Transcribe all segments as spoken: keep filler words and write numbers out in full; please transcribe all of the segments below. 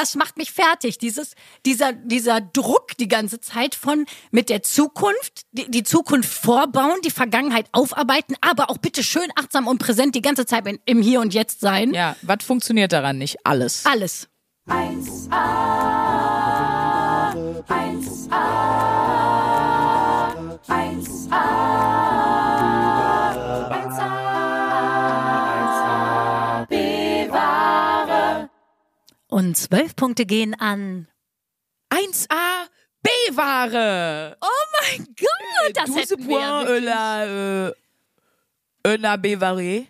das macht mich fertig. Dieses, dieser, dieser Druck die ganze Zeit von mit der Zukunft, die, die Zukunft vorbauen, die Vergangenheit aufarbeiten, aber auch bitte schön achtsam und präsent die ganze Zeit in, im Hier und Jetzt sein. Ja, was funktioniert daran nicht? Alles. Alles. eins a, eins a, eins a, eins a, bewahre. Und zwölf Punkte gehen an eins a B-Ware. Oh mein Gott, das Douze hätten wir ja points, wirklich. la, äh, un a B-Ware.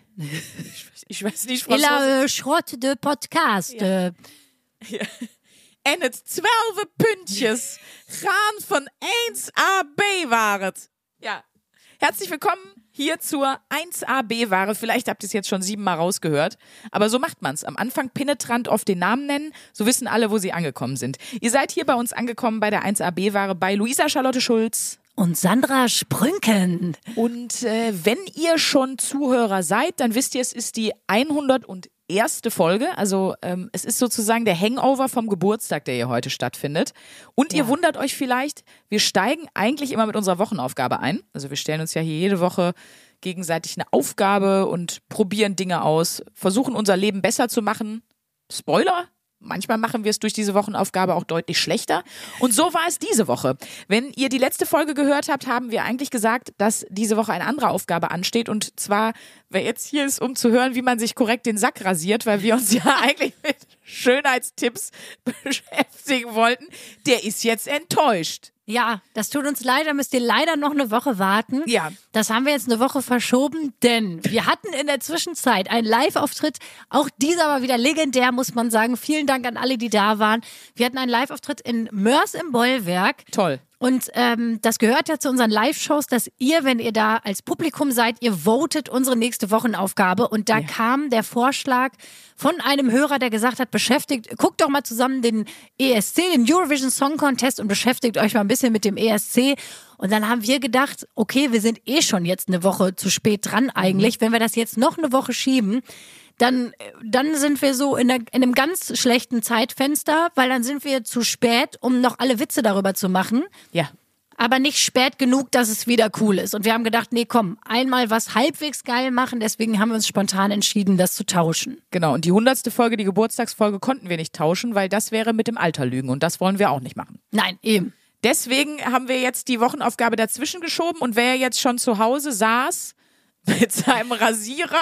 Ich weiß nicht, Et Französisch. la euh, Schrott de Podcast. Ja. Äh, Ja. En het zwölf Pünktjes gaan von eins a B-Ware. Ja. Herzlich willkommen hier zur eins a B-Ware. Vielleicht habt ihr es jetzt schon siebenmal rausgehört. Aber so macht man's. Am Anfang penetrant oft den Namen nennen. So wissen alle, wo sie angekommen sind. Ihr seid hier bei uns angekommen bei der eins a B-Ware bei Luisa Charlotte Schulz. und Sandra Sprünken. Und äh, wenn ihr schon Zuhörer seid, dann wisst ihr, es ist die hunderterste Folge. Also ähm, es ist sozusagen der Hangover vom Geburtstag, der hier heute stattfindet. Und ihr Ja. wundert euch vielleicht, wir steigen eigentlich immer mit unserer Wochenaufgabe ein. Also wir stellen uns ja hier jede Woche gegenseitig eine Aufgabe und probieren Dinge aus, versuchen unser Leben besser zu machen. Spoiler! Manchmal machen wir es durch diese Wochenaufgabe auch deutlich schlechter. Und so war es diese Woche. Wenn ihr die letzte Folge gehört habt, haben wir eigentlich gesagt, dass diese Woche eine andere Aufgabe ansteht. Und zwar, wer jetzt hier ist, um zu hören, wie man sich korrekt den Sack rasiert, weil wir uns ja eigentlich mit Schönheitstipps beschäftigen wollten, der ist jetzt enttäuscht. Ja, das tut uns leid, da müsst ihr leider noch eine Woche warten. Ja. Das haben wir jetzt eine Woche verschoben, denn wir hatten in der Zwischenzeit einen Live-Auftritt. Auch dieser war wieder legendär, muss man sagen. Vielen Dank an alle, die da waren. Wir hatten einen Live-Auftritt in Mörs im Bollwerk. Toll. Und ähm, das gehört ja zu unseren Live-Shows, dass ihr, wenn ihr da als Publikum seid, ihr votet unsere nächste Wochenaufgabe. Und da Ja. kam der Vorschlag von einem Hörer, der gesagt hat, beschäftigt, guckt doch mal zusammen den E S C, den Eurovision Song Contest und beschäftigt euch mal ein bisschen mit dem E S C. Und dann haben wir gedacht, okay, wir sind eh schon jetzt eine Woche zu spät dran eigentlich. Wenn wir das jetzt noch eine Woche schieben, dann, dann sind wir so in, einer, in einem ganz schlechten Zeitfenster, weil dann sind wir zu spät, um noch alle Witze darüber zu machen. Ja. Aber nicht spät genug, dass es wieder cool ist. Und wir haben gedacht, nee, komm, einmal was halbwegs geil machen. Deswegen haben wir uns spontan entschieden, das zu tauschen. Genau. Und die hundertste Folge, die Geburtstagsfolge, konnten wir nicht tauschen, weil das wäre mit dem Alter lügen. Und das wollen wir auch nicht machen. Nein, eben. Deswegen haben wir jetzt die Wochenaufgabe dazwischen geschoben und wer jetzt schon zu Hause saß mit seinem Rasierer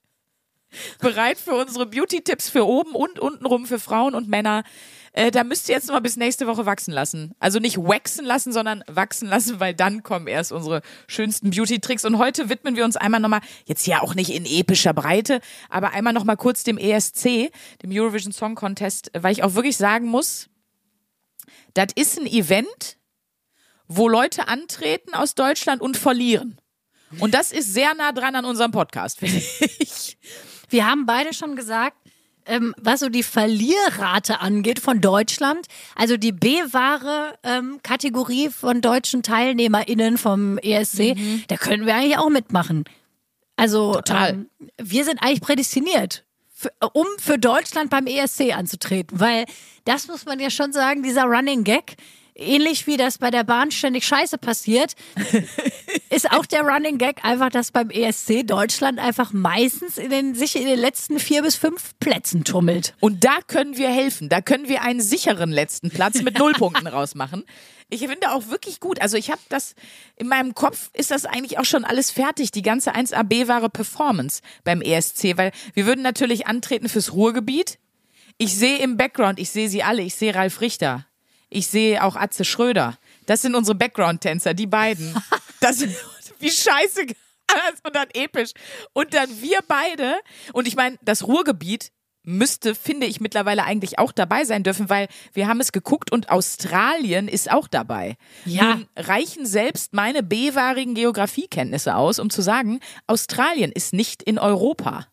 bereit für unsere Beauty-Tipps für oben und untenrum für Frauen und Männer, äh, da müsst ihr jetzt noch mal bis nächste Woche wachsen lassen. Also nicht waxen lassen, sondern wachsen lassen, weil dann kommen erst unsere schönsten Beauty-Tricks. Und heute widmen wir uns einmal nochmal, jetzt ja auch nicht in epischer Breite, aber einmal nochmal kurz dem E S C, dem Eurovision Song Contest, weil ich auch wirklich sagen muss, das ist ein Event, wo Leute antreten aus Deutschland und verlieren. Und das ist sehr nah dran an unserem Podcast, finde ich. Wir haben beide schon gesagt, ähm, was so die Verlierrate angeht von Deutschland, also die B-Ware-Kategorie von deutschen TeilnehmerInnen vom E S C, Mhm. da können wir eigentlich auch mitmachen. Also Total. Ähm, wir sind eigentlich prädestiniert, für, um für Deutschland beim E S C anzutreten, weil das muss man ja schon sagen, dieser Running Gag, ähnlich wie das bei der Bahn ständig Scheiße passiert, ist auch der Running Gag einfach, dass beim E S C Deutschland einfach meistens in den, sich in den letzten vier bis fünf Plätzen tummelt. Und da können wir helfen. Da können wir einen sicheren letzten Platz mit Nullpunkten rausmachen. Ich finde auch wirklich gut. Also ich habe das, in meinem Kopf ist das eigentlich auch schon alles fertig. Die ganze eins A B-Ware Performance beim E S C, weil wir würden natürlich antreten fürs Ruhrgebiet. Ich sehe im Background, ich sehe sie alle, ich sehe Ralf Richter. Ich sehe auch Atze Schröder. Das sind unsere Background-Tänzer, die beiden. Das sind, wie scheiße und dann episch. Und dann wir beide. Und ich meine, das Ruhrgebiet müsste, finde ich, mittlerweile eigentlich auch dabei sein dürfen, weil wir haben es geguckt und Australien ist auch dabei. Ja. Nun reichen selbst meine B-warigen Geografiekenntnisse aus, um zu sagen, Australien ist nicht in Europa.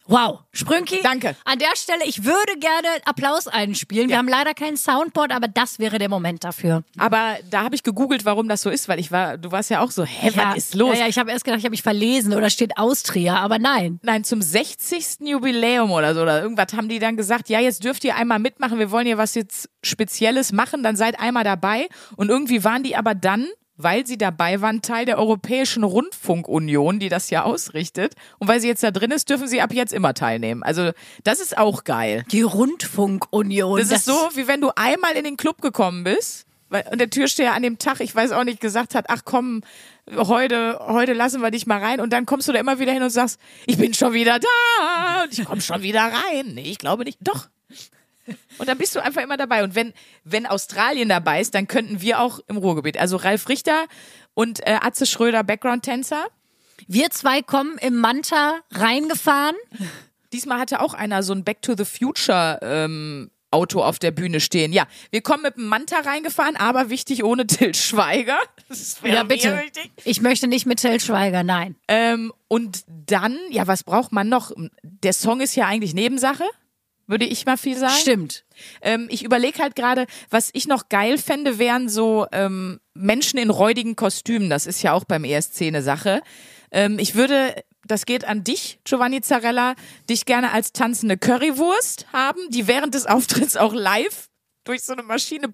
Wow, Sprünki. Danke. An der Stelle, ich würde gerne Applaus einspielen. Wir Ja. haben leider kein Soundboard, aber das wäre der Moment dafür. Aber da habe ich gegoogelt, warum das so ist, weil ich war, du warst ja auch so, hä, ja, was ist los? Ja, ja, ich habe erst gedacht, ich habe mich verlesen oder steht Austria, aber nein. Nein, zum sechzigsten Jubiläum oder so oder irgendwas haben die dann gesagt, ja, jetzt dürft ihr einmal mitmachen, wir wollen hier was jetzt Spezielles machen, dann seid einmal dabei. Und irgendwie waren die aber dann, weil sie dabei waren, Teil der Europäischen Rundfunkunion, die das ja ausrichtet. Und weil sie jetzt da drin ist, dürfen sie ab jetzt immer teilnehmen. Also das ist auch geil. Die Rundfunkunion. Das, ist so, wie wenn du einmal in den Club gekommen bist weil, und der Türsteher an dem Tag, ich weiß auch nicht, gesagt hat, ach komm, heute, heute lassen wir dich mal rein. Und dann kommst du da immer wieder hin und sagst, ich bin schon wieder da und ich komme schon wieder rein. Nee, ich glaube nicht. Doch. Und dann bist du einfach immer dabei. Und wenn, wenn Australien dabei ist, dann könnten wir auch im Ruhrgebiet. Also Ralf Richter und äh, Atze Schröder, Background-Tänzer. Wir zwei kommen im Manta reingefahren. Diesmal hatte auch einer so ein Back to the Future ähm, Auto auf der Bühne stehen. Ja, wir kommen mit dem Manta reingefahren, aber wichtig ohne Til Schweiger. Das wäre Ja, bitte. mir wichtig. Ich möchte nicht mit Til Schweiger, nein. Ähm, und dann, ja, was braucht man noch? Der Song ist ja eigentlich Nebensache, würde ich mal viel sagen. Stimmt. Ähm, ich überlege halt gerade, was ich noch geil fände, wären so ähm, Menschen in räudigen Kostümen. Das ist ja auch beim E S C eine Sache. Ähm, ich würde, das geht an dich, Giovanni Zarella, dich gerne als tanzende Currywurst haben, die während des Auftritts auch live durch so eine Maschine...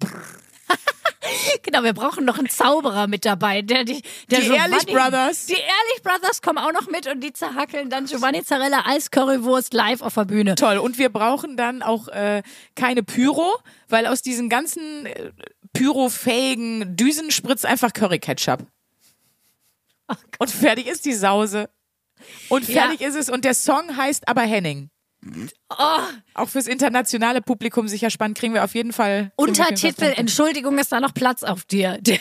Genau, wir brauchen noch einen Zauberer mit dabei. Der, die der Die Giovanni- Ehrlich Brothers. Die Ehrlich Brothers kommen auch noch mit und die zerhackeln dann Giovanni Zarella als Currywurst live auf der Bühne. Toll. Und wir brauchen dann auch äh, keine Pyro, weil aus diesen ganzen äh, pyrofähigen Düsen spritzt einfach Curry-Ketchup. Und fertig ist die Sause. Und fertig Ja. ist es. Und der Song heißt aber Henning. Oh, Auch fürs internationale Publikum sicher spannend, kriegen wir auf jeden Fall. kriegen wir auf jeden Untertitel, Fall- Entschuldigung, ist da noch Platz auf dir. Der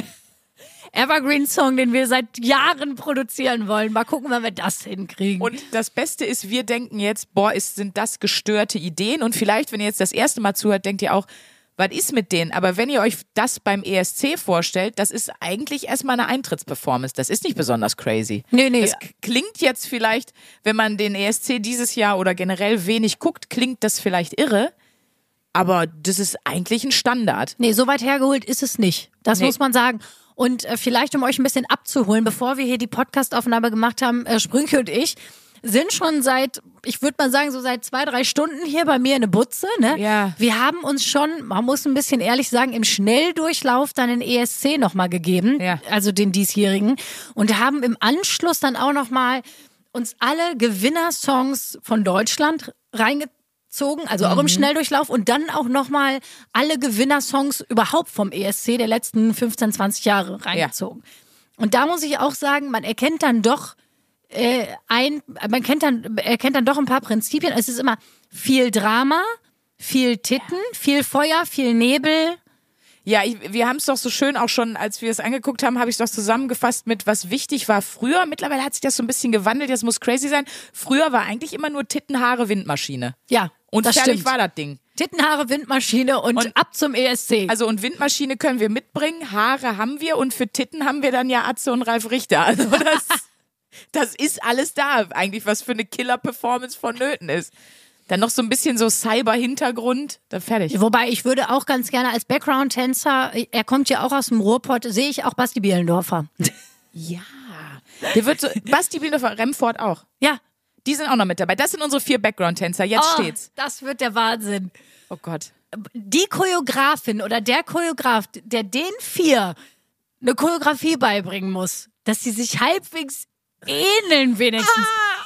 Evergreen-Song, den wir seit Jahren produzieren wollen. Mal gucken, wann wir das hinkriegen. Und das Beste ist, wir denken jetzt, boah, ist, sind das gestörte Ideen? Und vielleicht, wenn ihr jetzt das erste Mal zuhört, denkt ihr auch, was ist mit denen? Aber wenn ihr euch das beim E S C vorstellt, das ist eigentlich erstmal eine Eintrittsperformance. Das ist nicht besonders crazy. Nee, nee. Das k- klingt jetzt vielleicht, wenn man den E S C dieses Jahr oder generell wenig guckt, klingt das vielleicht irre. Aber das ist eigentlich ein Standard. Nee, so weit hergeholt ist es nicht. Das Nee. muss man sagen. Und äh, vielleicht, um euch ein bisschen abzuholen, bevor wir hier die Podcast-Aufnahme gemacht haben, äh, Sprünke und ich sind schon seit, ich würde mal sagen, so seit zwei, drei Stunden hier bei mir in der Butze. Ne? Ja. Wir haben uns schon, man muss ein bisschen ehrlich sagen, im Schnelldurchlauf dann den E S C nochmal gegeben, Ja. also den diesjährigen, und haben im Anschluss dann auch nochmal uns alle Gewinnersongs von Deutschland reingezogen, also auch im Schnelldurchlauf, und dann auch nochmal alle Gewinnersongs überhaupt vom E S C der letzten fünfzehn, zwanzig Jahre reingezogen. Und da muss ich auch sagen, man erkennt dann doch äh, ein, man kennt dann, erkennt dann doch ein paar Prinzipien. Es ist immer viel Drama, viel Titten, viel Feuer, viel Nebel. Ja, ich, wir haben es doch so schön auch schon, als wir es angeguckt haben, habe ich es doch zusammengefasst mit, was wichtig war früher. Mittlerweile hat sich das so ein bisschen gewandelt, das muss crazy sein. Früher war eigentlich immer nur Titten, Haare, Windmaschine. Ja, Und das fertig stimmt. war das Ding. Tittenhaare, Windmaschine und, Und- ab zum E S C. Also und Windmaschine können wir mitbringen, Haare haben wir und für Titten haben wir dann ja Atze und Ralf Richter. Also das, das ist alles da eigentlich, was für eine Killer-Performance vonnöten ist. Dann noch so ein bisschen so Cyber-Hintergrund, dann fertig. Wobei ich würde auch ganz gerne als Background-Tänzer, er kommt ja auch aus dem Ruhrpott, sehe ich auch Basti Bielendorfer. Ja. Der wird so, Basti Bielendorfer, Remford auch. Ja. Die sind auch noch mit dabei. Das sind unsere vier Background-Tänzer. Jetzt Oh, steht's. das wird der Wahnsinn. Oh Gott. Die Choreografin oder der Choreograf, der den vier eine Choreografie beibringen muss, dass sie sich halbwegs ähneln wenigstens.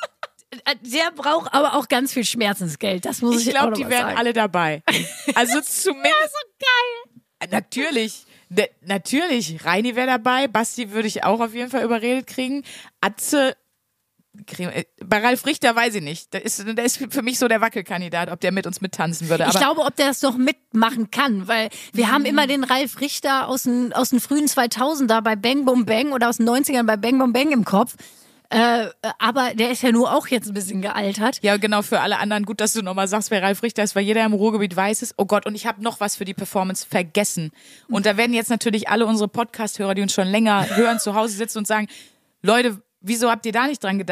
Der braucht aber auch ganz viel Schmerzensgeld. Das muss ich, Ich auch glaube, noch die mal wären sagen. alle dabei. Also zumindest. so geil. Natürlich. Ne, natürlich. Reini wäre dabei. Basti würde ich auch auf jeden Fall überredet kriegen. Atze. kriegen- äh, Bei Ralf Richter weiß ich nicht. Der ist, der ist für mich so der Wackelkandidat, ob der mit uns mittanzen würde. Ich Aber glaube, ob der das noch mitmachen kann, weil wir haben immer den Ralf Richter aus den, aus den frühen zweitausender bei Bang Boom Bang oder aus den neunzigern bei Bang Boom Bang im Kopf. Äh, aber der ist ja nur auch jetzt ein bisschen gealtert. ja, genau, für alle anderen, gut, dass du nochmal sagst, wer Ralf Richter ist, weil jeder im Ruhrgebiet weiß es. Oh Gott, und ich habe noch was für die Performance vergessen. Und da werden jetzt natürlich alle unsere Podcast-Hörer, die uns schon länger hören, zu Hause sitzen und sagen, Leute, wieso habt ihr da nicht dran gedacht?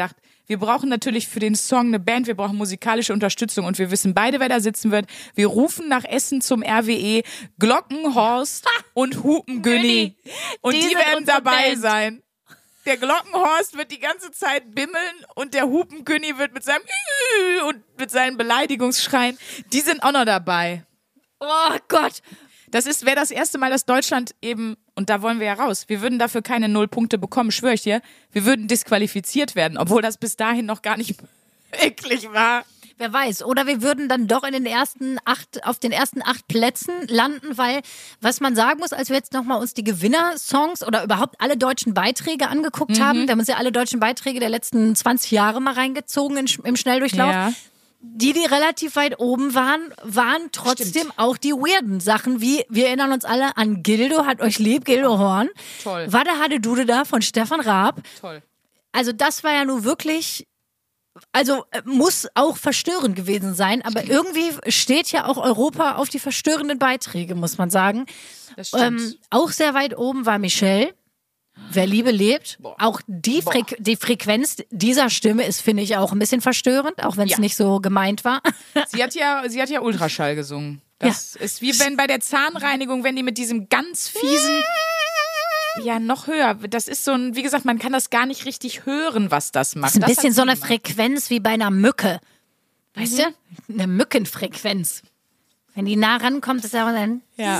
Wir brauchen natürlich für den Song eine Band, wir brauchen musikalische Unterstützung und wir wissen beide, wer da sitzen wird. Wir rufen nach Essen zum R W E Glockenhorst und Hupengünni und Die die, sind werden unsere dabei Band. sein. Der Glockenhorst wird die ganze Zeit bimmeln und der Hupengünni wird mit seinem Ü und mit seinen Beleidigungsschreien, die sind auch noch dabei. Oh Gott. Das ist, wäre das erste Mal, dass Deutschland eben, und da wollen wir ja raus, wir würden dafür keine null Punkte bekommen, schwöre ich dir, wir würden disqualifiziert werden, obwohl das bis dahin noch gar nicht möglich war. Wer weiß. Oder wir würden dann doch in den ersten acht, auf den ersten acht Plätzen landen, weil, was man sagen muss, als wir jetzt nochmal uns die Gewinner-Songs oder überhaupt alle deutschen Beiträge angeguckt Mhm. haben, wir haben uns ja alle deutschen Beiträge der letzten zwanzig Jahre mal reingezogen in, im Schnelldurchlauf. Ja. Die, die relativ weit oben waren, waren trotzdem Stimmt. auch die weirden Sachen, wie, wir erinnern uns alle an Gildo, hat euch lieb, Gildo Horn. Toll. Warte, hatte Dude da von Stefan Raab. Toll. Also das war ja nun wirklich, also äh, muss auch verstörend gewesen sein, aber irgendwie steht ja auch Europa auf die verstörenden Beiträge, muss man sagen. Das stimmt. Ähm, auch sehr weit oben war Michelle. Wer Liebe lebt. Auch die, Frequ die Frequenz dieser Stimme ist, finde ich, auch ein bisschen verstörend, auch wenn es Ja. nicht so gemeint war. Sie hat ja, sie hat ja Ultraschall gesungen. Das ist wie wenn bei der Zahnreinigung, wenn die mit diesem ganz fiesen, ja, noch höher. Das ist so ein, wie gesagt, man kann das gar nicht richtig hören, was das macht. Das ist ein Das bisschen hat so sie eine gemacht. Frequenz wie bei einer Mücke. Weißt du? Eine Mückenfrequenz. Wenn die nah rankommt, ist aber dann. Ja.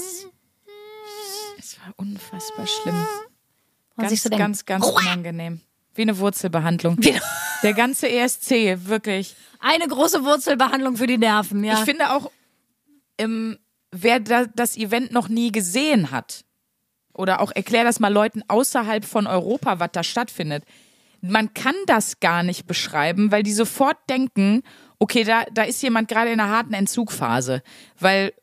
Es war unfassbar schlimm. Und Ganz, sich so denkt, ganz, ganz unangenehm. Wie eine Wurzelbehandlung. Wie- Der ganze E S C, wirklich. Eine große Wurzelbehandlung für die Nerven, ja. Ich finde auch, ähm, wer da, das Event noch nie gesehen hat, oder auch erklär das mal Leuten außerhalb von Europa, was da stattfindet. Man kann das gar nicht beschreiben, weil die sofort denken, okay, da, da ist jemand gerade in einer harten Entzugphase. Weil,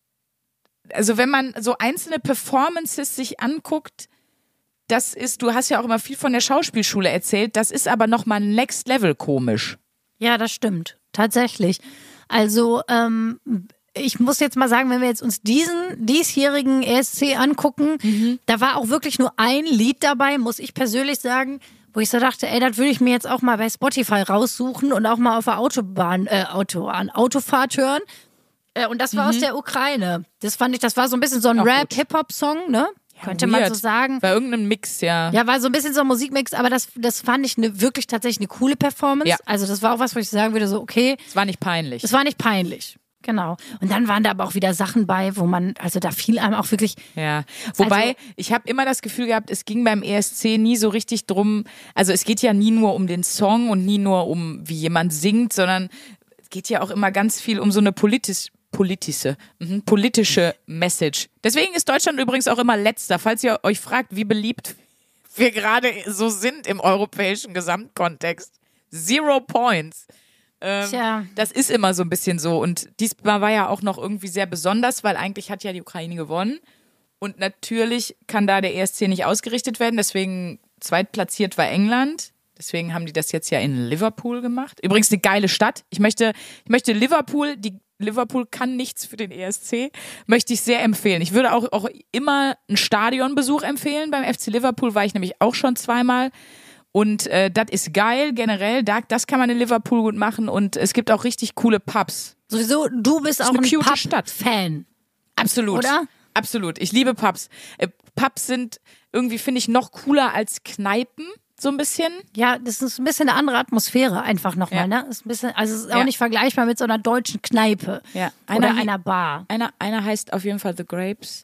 also wenn man so einzelne Performances sich anguckt, das ist, du hast ja auch immer viel von der Schauspielschule erzählt, das ist aber nochmal Next Level komisch. Ja, das stimmt. Tatsächlich. Also, ähm, ich muss jetzt mal sagen, wenn wir jetzt uns diesen diesjährigen E S C angucken, Mhm. da war auch wirklich nur ein Lied dabei, muss ich persönlich sagen, wo ich so dachte, ey, das würde ich mir jetzt auch mal bei Spotify raussuchen und auch mal auf der Autobahn, äh, Autobahn, Autofahrt hören. Äh, und das war aus der Ukraine. Das fand ich, das war so ein bisschen so ein Mhm. Auch gut. Rap-Hip-Hop-Song, ne? Könnte man Weird. so sagen. War irgendein Mix, ja. Ja, war so ein bisschen so ein Musikmix, aber das, das fand ich ne, wirklich tatsächlich eine coole Performance. Ja. Also das war auch was, wo ich sagen würde, so okay, Es war nicht peinlich. es war nicht peinlich. Genau. Und dann waren da aber auch wieder Sachen bei, wo man, also da fiel einem auch wirklich, Ja, wobei Also- ich habe immer das Gefühl gehabt, es ging beim E S C nie so richtig drum, also es geht ja nie nur um den Song und nie nur um, wie jemand singt, sondern es geht ja auch immer ganz viel um so eine politisch, politische, mhm, politische Message. Deswegen ist Deutschland übrigens auch immer letzter, falls ihr euch fragt, wie beliebt wir gerade so sind im europäischen Gesamtkontext. Zero points. Ähm, Tja. Das ist immer so ein bisschen so. Und diesmal war ja auch noch irgendwie sehr besonders, weil eigentlich hat ja die Ukraine gewonnen. Und natürlich kann da der E S C nicht ausgerichtet werden. Deswegen zweitplatziert war England. Deswegen haben die das jetzt ja in Liverpool gemacht. Übrigens eine geile Stadt. Ich möchte, ich möchte Liverpool, die Liverpool kann nichts für den E S C, möchte ich sehr empfehlen. Ich würde auch, auch immer einen Stadionbesuch empfehlen. Beim F C Liverpool war ich nämlich auch schon zweimal. Und äh, das ist geil generell. Da, das kann man in Liverpool gut machen. Und es gibt auch richtig coole Pubs. sowieso, du bist auch eine ein cute Stadt. Pub-Fan. Absolut. Oder? Absolut. Ich liebe Pubs. Äh, Pubs sind irgendwie, finde ich, noch cooler als Kneipen. So ein bisschen. Ja, das ist ein bisschen eine andere Atmosphäre einfach nochmal, Ja. ne? Ist ein bisschen, also es ist auch Ja. nicht vergleichbar mit so einer deutschen Kneipe. Ja. Oder Einer- einer Bar. Einer, einer heißt auf jeden Fall The Grapes.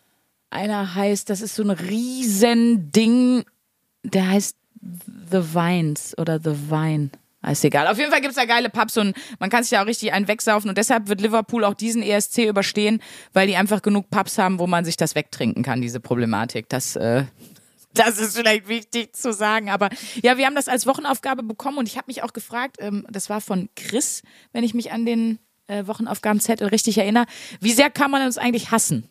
Einer heißt, das ist so ein riesen Ding, der heißt The Vines oder The Vine. Ah, ist egal. Auf jeden Fall gibt's da geile Pubs und man kann sich ja auch richtig einen wegsaufen und deshalb wird Liverpool auch diesen E S C überstehen, weil die einfach genug Pubs haben, wo man sich das wegtrinken kann, diese Problematik. Das, äh, das ist vielleicht wichtig zu sagen, aber ja, wir haben das als Wochenaufgabe bekommen und ich habe mich auch gefragt, ähm, das war von Chris, wenn ich mich an den äh, Wochenaufgabenzettel richtig erinnere, wie sehr kann man uns eigentlich hassen?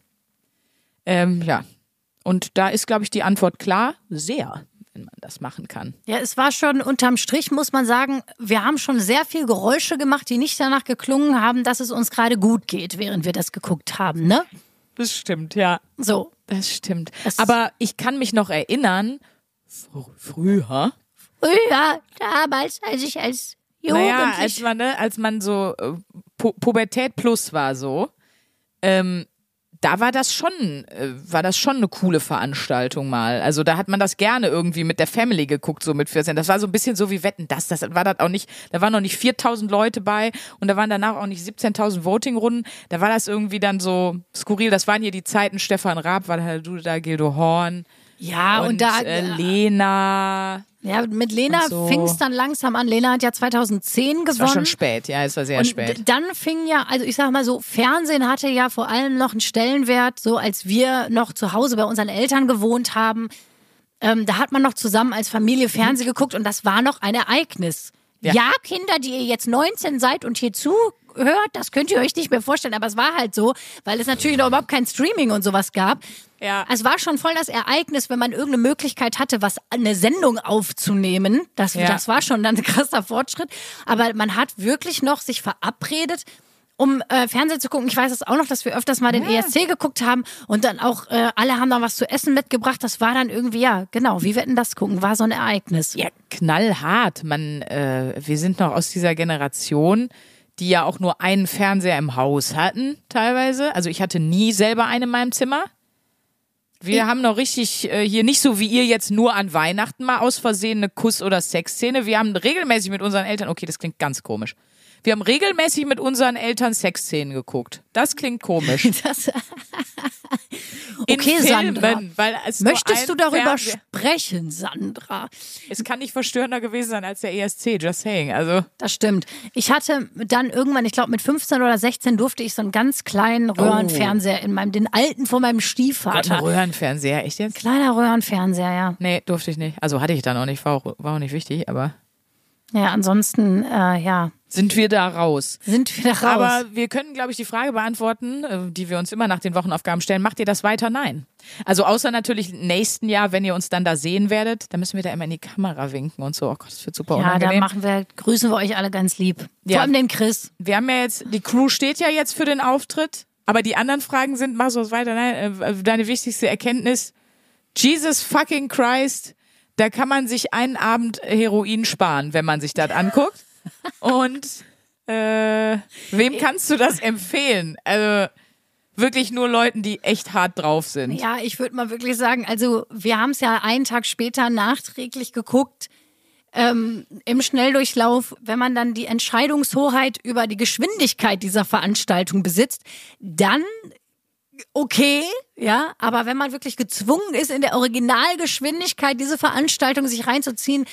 Ähm, ja, und da ist, glaube ich, die Antwort klar, sehr, wenn man das machen kann. Ja, es war schon unterm Strich, muss man sagen, wir haben schon sehr viel Geräusche gemacht, die nicht danach geklungen haben, dass es uns gerade gut geht, während wir das geguckt haben, ne? Das stimmt, ja. So. Das stimmt. Es- Aber ich kann mich noch erinnern, fr früher, früher, damals, als ich als Jugendlich. Naja, als man, ne, als man so äh, Pu Pubertät plus war so, ähm, da war das schon, äh, war das schon eine coole Veranstaltung mal. Also da hat man das gerne irgendwie mit der Family geguckt, so mit vierzehn. Das war so ein bisschen so wie Wetten, das, das war das auch nicht, da waren noch nicht viertausend Leute bei und da waren danach auch nicht siebzehntausend Voting-Runden. Da war das irgendwie dann so skurril. Das waren hier die Zeiten, Stefan Raab war da, du da, Gildo Horn. Ja, und, und da. äh, Lena. Ja, mit Lena so. fing es dann langsam an. Lena hat ja zweitauszehn gewonnen. Es war schon spät, ja, es war sehr und spät. d- dann fing ja, also ich sag mal so, Fernsehen hatte ja vor allem noch einen Stellenwert, so als wir noch zu Hause bei unseren Eltern gewohnt haben. Ähm, da hat man noch zusammen als Familie Fernsehen geguckt und das war noch ein Ereignis. Ja. Ja, Kinder, die ihr jetzt neunzehn seid und hier zuhört, das könnt ihr euch nicht mehr vorstellen, aber es war halt so, weil es natürlich noch überhaupt kein Streaming und sowas gab. Ja. Es war schon voll das Ereignis, wenn man irgendeine Möglichkeit hatte, was eine Sendung aufzunehmen. Das, Ja. das war schon dann ein krasser Fortschritt. Aber man hat wirklich noch sich verabredet, um äh, Fernsehen zu gucken. Ich weiß es auch noch, dass wir öfters mal den Ja. E S C geguckt haben und dann auch äh, alle haben dann was zu essen mitgebracht. Das war dann irgendwie, ja, genau, wie wir denn das gucken, war so ein Ereignis. Ja, knallhart. Man, äh, wir sind noch aus dieser Generation, die ja auch nur einen Fernseher im Haus hatten, teilweise. Also ich hatte nie selber einen in meinem Zimmer. Wir Ich- haben noch richtig äh, hier nicht so wie ihr jetzt nur an Weihnachten mal aus Versehen eine Kuss- oder Sexszene. Wir haben regelmäßig mit unseren Eltern, okay, das klingt ganz komisch. Wir haben regelmäßig mit unseren Eltern Sexszenen geguckt. Das klingt komisch. Das, In okay, Filmen, Sandra. weil es nur Möchtest ein du darüber Fernseher- sprechen, Sandra? Es kann nicht verstörender gewesen sein als der E S C, just saying. Also Das stimmt. Ich hatte dann irgendwann, ich glaube mit fünfzehn oder sechzehn durfte ich so einen ganz kleinen Röhrenfernseher in meinem, den alten von meinem Gott, ein Stiefvater. Röhrenfernseher, echt jetzt? Kleiner Röhrenfernseher, ja. Nee, durfte ich nicht. Also hatte ich dann auch nicht, war auch, war auch nicht wichtig, aber Ja, ansonsten, äh, ja, sind wir da raus. sind wir raus. Aber wir können, glaube ich, die Frage beantworten, äh, die wir uns immer nach den Wochenaufgaben stellen. Macht ihr das weiter? Nein. Also außer natürlich im nächsten Jahr, wenn ihr uns dann da sehen werdet, dann müssen wir da immer in die Kamera winken und so. Oh Gott, das wird super ja, da unangenehm. machen wir, grüßen wir euch alle ganz lieb. Ja. Vor allem den Chris. Wir haben ja jetzt, die Crew steht ja jetzt für den Auftritt, aber die anderen Fragen sind, machst du was weiter? Nein, äh, deine wichtigste Erkenntnis, Jesus fucking Christ, da kann man sich einen Abend Heroin sparen, wenn man sich das anguckt. Und äh, wem kannst du das empfehlen? Also wirklich nur Leuten, die echt hart drauf sind. Ja, ich würde mal wirklich sagen, also wir haben es ja einen Tag später nachträglich geguckt, ähm, im Schnelldurchlauf, wenn man dann die Entscheidungshoheit über die Geschwindigkeit dieser Veranstaltung besitzt, dann okay, ja, aber wenn man wirklich gezwungen ist, in der Originalgeschwindigkeit diese Veranstaltung sich reinzuziehen,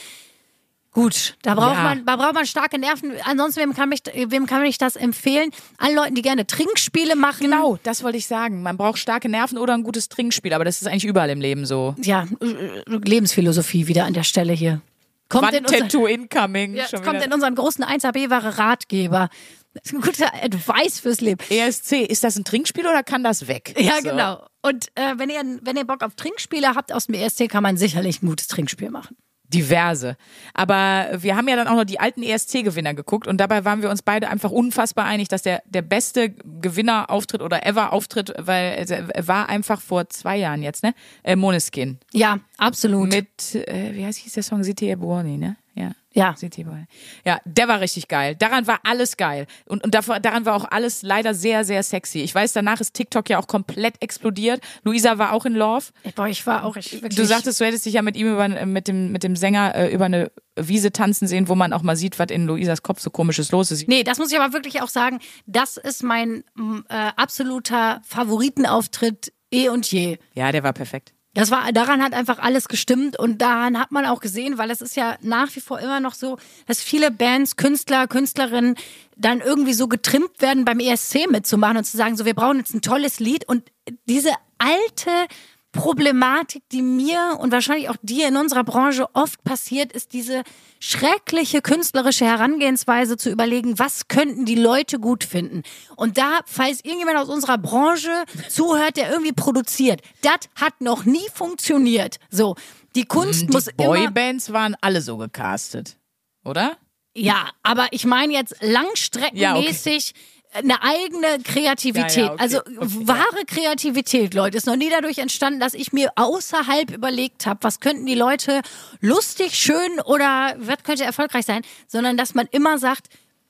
gut, da braucht Ja. man, da braucht man starke Nerven. Ansonsten, wem kann, mich, wem kann ich das empfehlen? Allen Leuten, die gerne Trinkspiele machen. Genau, das wollte ich sagen. Man braucht starke Nerven oder ein gutes Trinkspiel, aber das ist eigentlich überall im Leben so. Ja, äh, Lebensphilosophie wieder an der Stelle hier. Kommt in, unser, Wandtattoo incoming. ja, schon kommt wieder. in unseren großen eins A B-Ware Ratgeber. Das ist ein guter Advice fürs Leben. E S C, ist das ein Trinkspiel oder kann das weg? Ja, So. genau. Und äh, wenn, ihr, wenn ihr Bock auf Trinkspiele habt aus dem E S C, kann man sicherlich ein gutes Trinkspiel machen. Diverse. Aber wir haben ja dann auch noch die alten E S C-Gewinner geguckt und dabei waren wir uns beide einfach unfassbar einig, dass der, der beste Gewinnerauftritt oder Ever-Auftritt, weil er war einfach vor zwei Jahren jetzt, ne? Äh, Måneskin. Ja, absolut. Mit, äh, wie heißt hieß der Song? City Buoni, ne? Ja. Ja. City Buoni. Ja, der war richtig geil. Daran war alles geil. Und, und davor, daran war auch alles leider sehr, sehr sexy. Ich weiß, danach ist TikTok ja auch komplett explodiert. Luisa war auch in Love. Boah, ich war auch ich, wirklich. Du sagtest, du hättest dich ja mit ihm über, mit dem, mit dem Sänger äh, über eine Wiese tanzen sehen, wo man auch mal sieht, was in Luisas Kopf so komisches los ist. Nee, das muss ich aber wirklich auch sagen. Das ist mein m, äh, absoluter Favoritenauftritt eh und je. Ja, der war perfekt. Das war, daran hat einfach alles gestimmt und daran hat man auch gesehen, weil es ist ja nach wie vor immer noch so, dass viele Bands, Künstler, Künstlerinnen dann irgendwie so getrimmt werden, beim E S C mitzumachen und zu sagen, so, wir brauchen jetzt ein tolles Lied und diese alte Problematik, die mir und wahrscheinlich auch dir in unserer Branche oft passiert, ist diese schreckliche künstlerische Herangehensweise zu überlegen, was könnten die Leute gut finden. Und da, falls irgendjemand aus unserer Branche zuhört, der irgendwie produziert, das hat noch nie funktioniert. So, die Kunst Die muss immer... Boybands waren alle so gecastet, oder? Ja, aber ich meine jetzt langstreckenmäßig eine eigene Kreativität, Ja, ja, okay. also Okay, wahre Kreativität, Leute, ist noch nie dadurch entstanden, dass ich mir außerhalb überlegt habe, was könnten die Leute lustig, schön oder was könnte erfolgreich sein, sondern dass man immer sagt,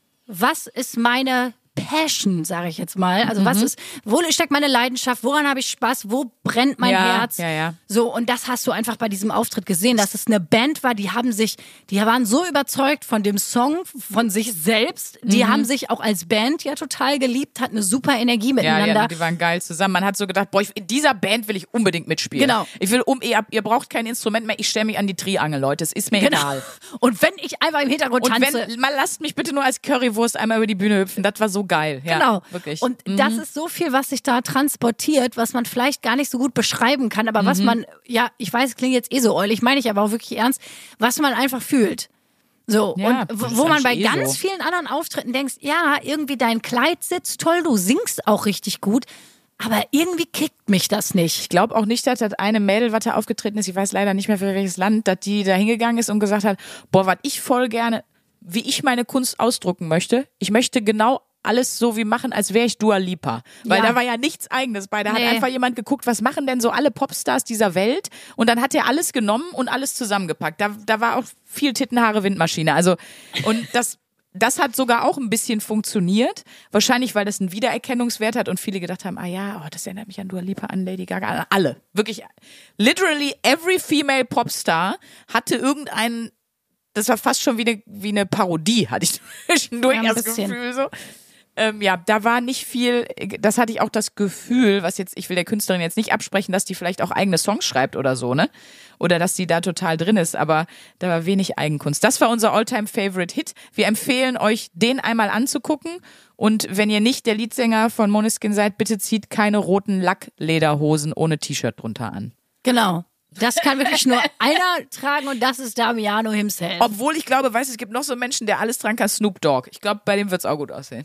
was ist meine Passion, sage ich jetzt mal. Also Mhm. was ist, wo steckt meine Leidenschaft, woran habe ich Spaß, wo brennt mein Ja, Herz? ja, ja. So, und das hast du einfach bei diesem Auftritt gesehen, dass es eine Band war, die haben sich, die waren so überzeugt von dem Song, von sich selbst, die Mhm. haben sich auch als Band ja total geliebt, hatten eine super Energie Ja, miteinander. ja, die waren geil zusammen. Man hat so gedacht, boah, ich, in dieser Band will ich unbedingt mitspielen. Genau. Ich will um, ihr, ihr braucht kein Instrument mehr, ich stelle mich an die Triangel, Leute. Es ist mir Genau. egal. Und wenn ich einfach im Hintergrund Und tanze. wenn, mal lasst mich bitte nur als Currywurst einmal über die Bühne hüpfen. Das war so geil. Ja, Genau. Wirklich. Und das ist so viel, was sich da transportiert, was man vielleicht gar nicht so gut beschreiben kann, aber Mhm. was man, ja, ich weiß, es klingt jetzt eh so eulig, meine ich aber auch wirklich ernst, was man einfach fühlt. So, Ja, und das wo ist wo man eigentlich bei eh ganz so. vielen anderen Auftritten denkst, ja, irgendwie dein Kleid sitzt toll, du singst auch richtig gut, aber irgendwie kickt mich das nicht. Ich glaube auch nicht, dass das eine Mädel, was da aufgetreten ist, ich weiß leider nicht mehr für welches Land, dass die da hingegangen ist und gesagt hat, boah, was ich voll gerne, wie ich meine Kunst ausdrücken möchte, ich möchte genau alles so wie machen, als wäre ich Dua Lipa. Weil Ja. da war ja nichts Eigenes bei. Da Nee. hat einfach jemand geguckt, was machen denn so alle Popstars dieser Welt? Und dann hat er alles genommen und alles zusammengepackt. Da, da war auch viel Tittenhaare Windmaschine. Also, und das, das hat sogar auch ein bisschen funktioniert. Wahrscheinlich, weil das einen Wiedererkennungswert hat und viele gedacht haben, ah ja, oh, das erinnert mich an Dua Lipa, an Lady Gaga, an alle. Wirklich, literally every female Popstar hatte irgendeinen, das war fast schon wie eine, wie eine Parodie, hatte ich zwischendurch Ja, ein das bisschen. Gefühl so. Ähm, ja, da war nicht viel, das hatte ich auch das Gefühl, was jetzt, ich will der Künstlerin jetzt nicht absprechen, dass die vielleicht auch eigene Songs schreibt oder so, ne? Oder dass die da total drin ist, aber da war wenig Eigenkunst. Das war unser All-Time-Favorite-Hit. Wir empfehlen euch, den einmal anzugucken. Und wenn ihr nicht der Leadsänger von Måneskin seid, bitte zieht keine roten Lacklederhosen ohne T-Shirt drunter an. Genau. Das kann wirklich nur einer tragen und das ist Damiano himself. Obwohl ich glaube, weißt du, es gibt noch so Menschen, der alles tragen kann, Snoop Dogg. Ich glaube, bei dem wird's auch gut aussehen.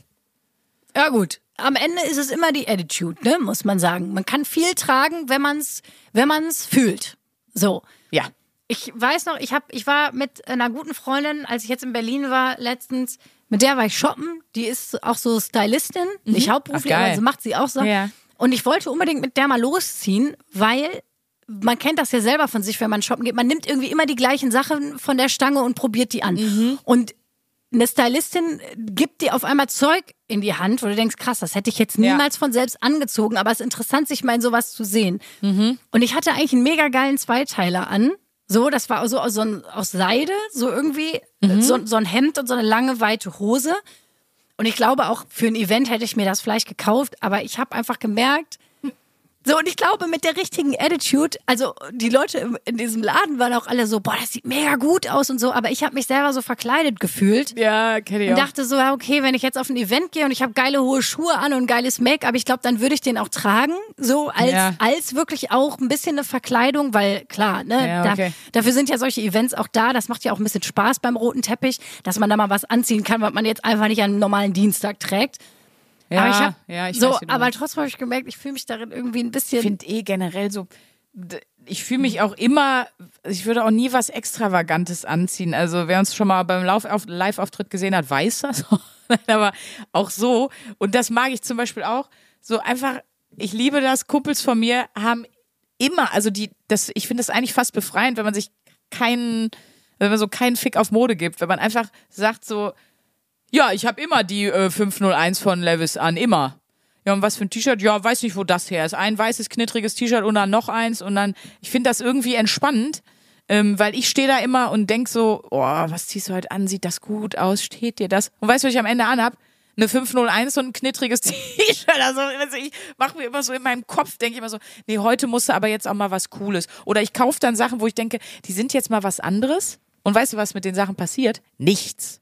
Ja gut, am Ende ist es immer die Attitude, ne, muss man sagen. Man kann viel tragen, wenn man es wenn man's fühlt. So. Ja. Ich weiß noch, ich hab, ich war mit einer guten Freundin, als ich jetzt in Berlin war, letztens, mit der war ich shoppen. Die ist auch so Stylistin, nicht hauptberuflich, Ach, geil. aber so macht sie auch so. Ja. Und ich wollte unbedingt mit der mal losziehen, weil man kennt das ja selber von sich, wenn man shoppen geht. Man nimmt irgendwie immer die gleichen Sachen von der Stange und probiert die an. Und eine Stylistin gibt dir auf einmal Zeug in die Hand, wo du denkst, krass, das hätte ich jetzt niemals von selbst angezogen, aber es ist interessant, sich mal in sowas zu sehen. Und ich hatte eigentlich einen mega geilen Zweiteiler an. So, das war so aus, so ein, aus Seide, so irgendwie, so, so ein Hemd und so eine lange, weite Hose. Und ich glaube auch, für ein Event hätte ich mir das vielleicht gekauft, aber ich habe einfach gemerkt, so, und ich glaube, mit der richtigen Attitude, also die Leute im- in diesem Laden waren auch alle so, boah, das sieht mega gut aus und so, aber ich habe mich selber so verkleidet gefühlt. Ja, kenne ich Und auch. dachte so, ja, okay, wenn ich jetzt auf ein Event gehe und ich habe geile hohe Schuhe an und geiles Make-up, ich glaube, dann würde ich den auch tragen, so als, Ja. als wirklich auch ein bisschen eine Verkleidung, weil klar, ne, Ja, okay. da, dafür sind ja solche Events auch da, das macht ja auch ein bisschen Spaß beim roten Teppich, dass man da mal was anziehen kann, was man jetzt einfach nicht an einem normalen Dienstag trägt. Ja, aber ich habe ja, ich so, weiß, wie du aber meinst. trotzdem habe ich gemerkt, ich fühle mich darin irgendwie ein bisschen. Ich finde eh generell so, d- ich fühle mich auch immer, ich würde auch nie was Extravagantes anziehen. Also wer uns schon mal beim Lauf- auf- Live-Auftritt gesehen hat, weiß das. Aber auch so, und das mag ich zum Beispiel auch, so einfach, ich liebe das, Kumpels von mir haben immer, also die, das, ich finde das eigentlich fast befreiend, wenn man sich keinen, wenn man so keinen Fick auf Mode gibt, wenn man einfach sagt so, ja, ich habe immer die äh, fünf null eins von Levi's an, immer. Ja, und was für ein T-Shirt? Ja, weiß nicht, wo das her ist. Ein weißes, knittriges T-Shirt und dann noch eins und dann, ich finde das irgendwie entspannend, ähm, weil ich stehe da immer und denk so, oh, was ziehst du heute an? Sieht das gut aus? Steht dir das? Und weißt du, was ich am Ende anhab? Eine fünf null eins und ein knittriges T-Shirt. Also, also ich mache mir immer so in meinem Kopf, denke ich immer so, nee, heute musst du aber jetzt auch mal was Cooles. Oder ich kaufe dann Sachen, wo ich denke, die sind jetzt mal was anderes. Und weißt du, was mit den Sachen passiert? Nichts.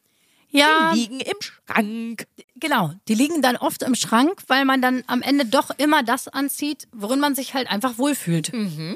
ja, Die liegen im Schrank. genau. Die liegen dann oft im Schrank, weil man dann am Ende doch immer das anzieht, worin man sich halt einfach wohlfühlt.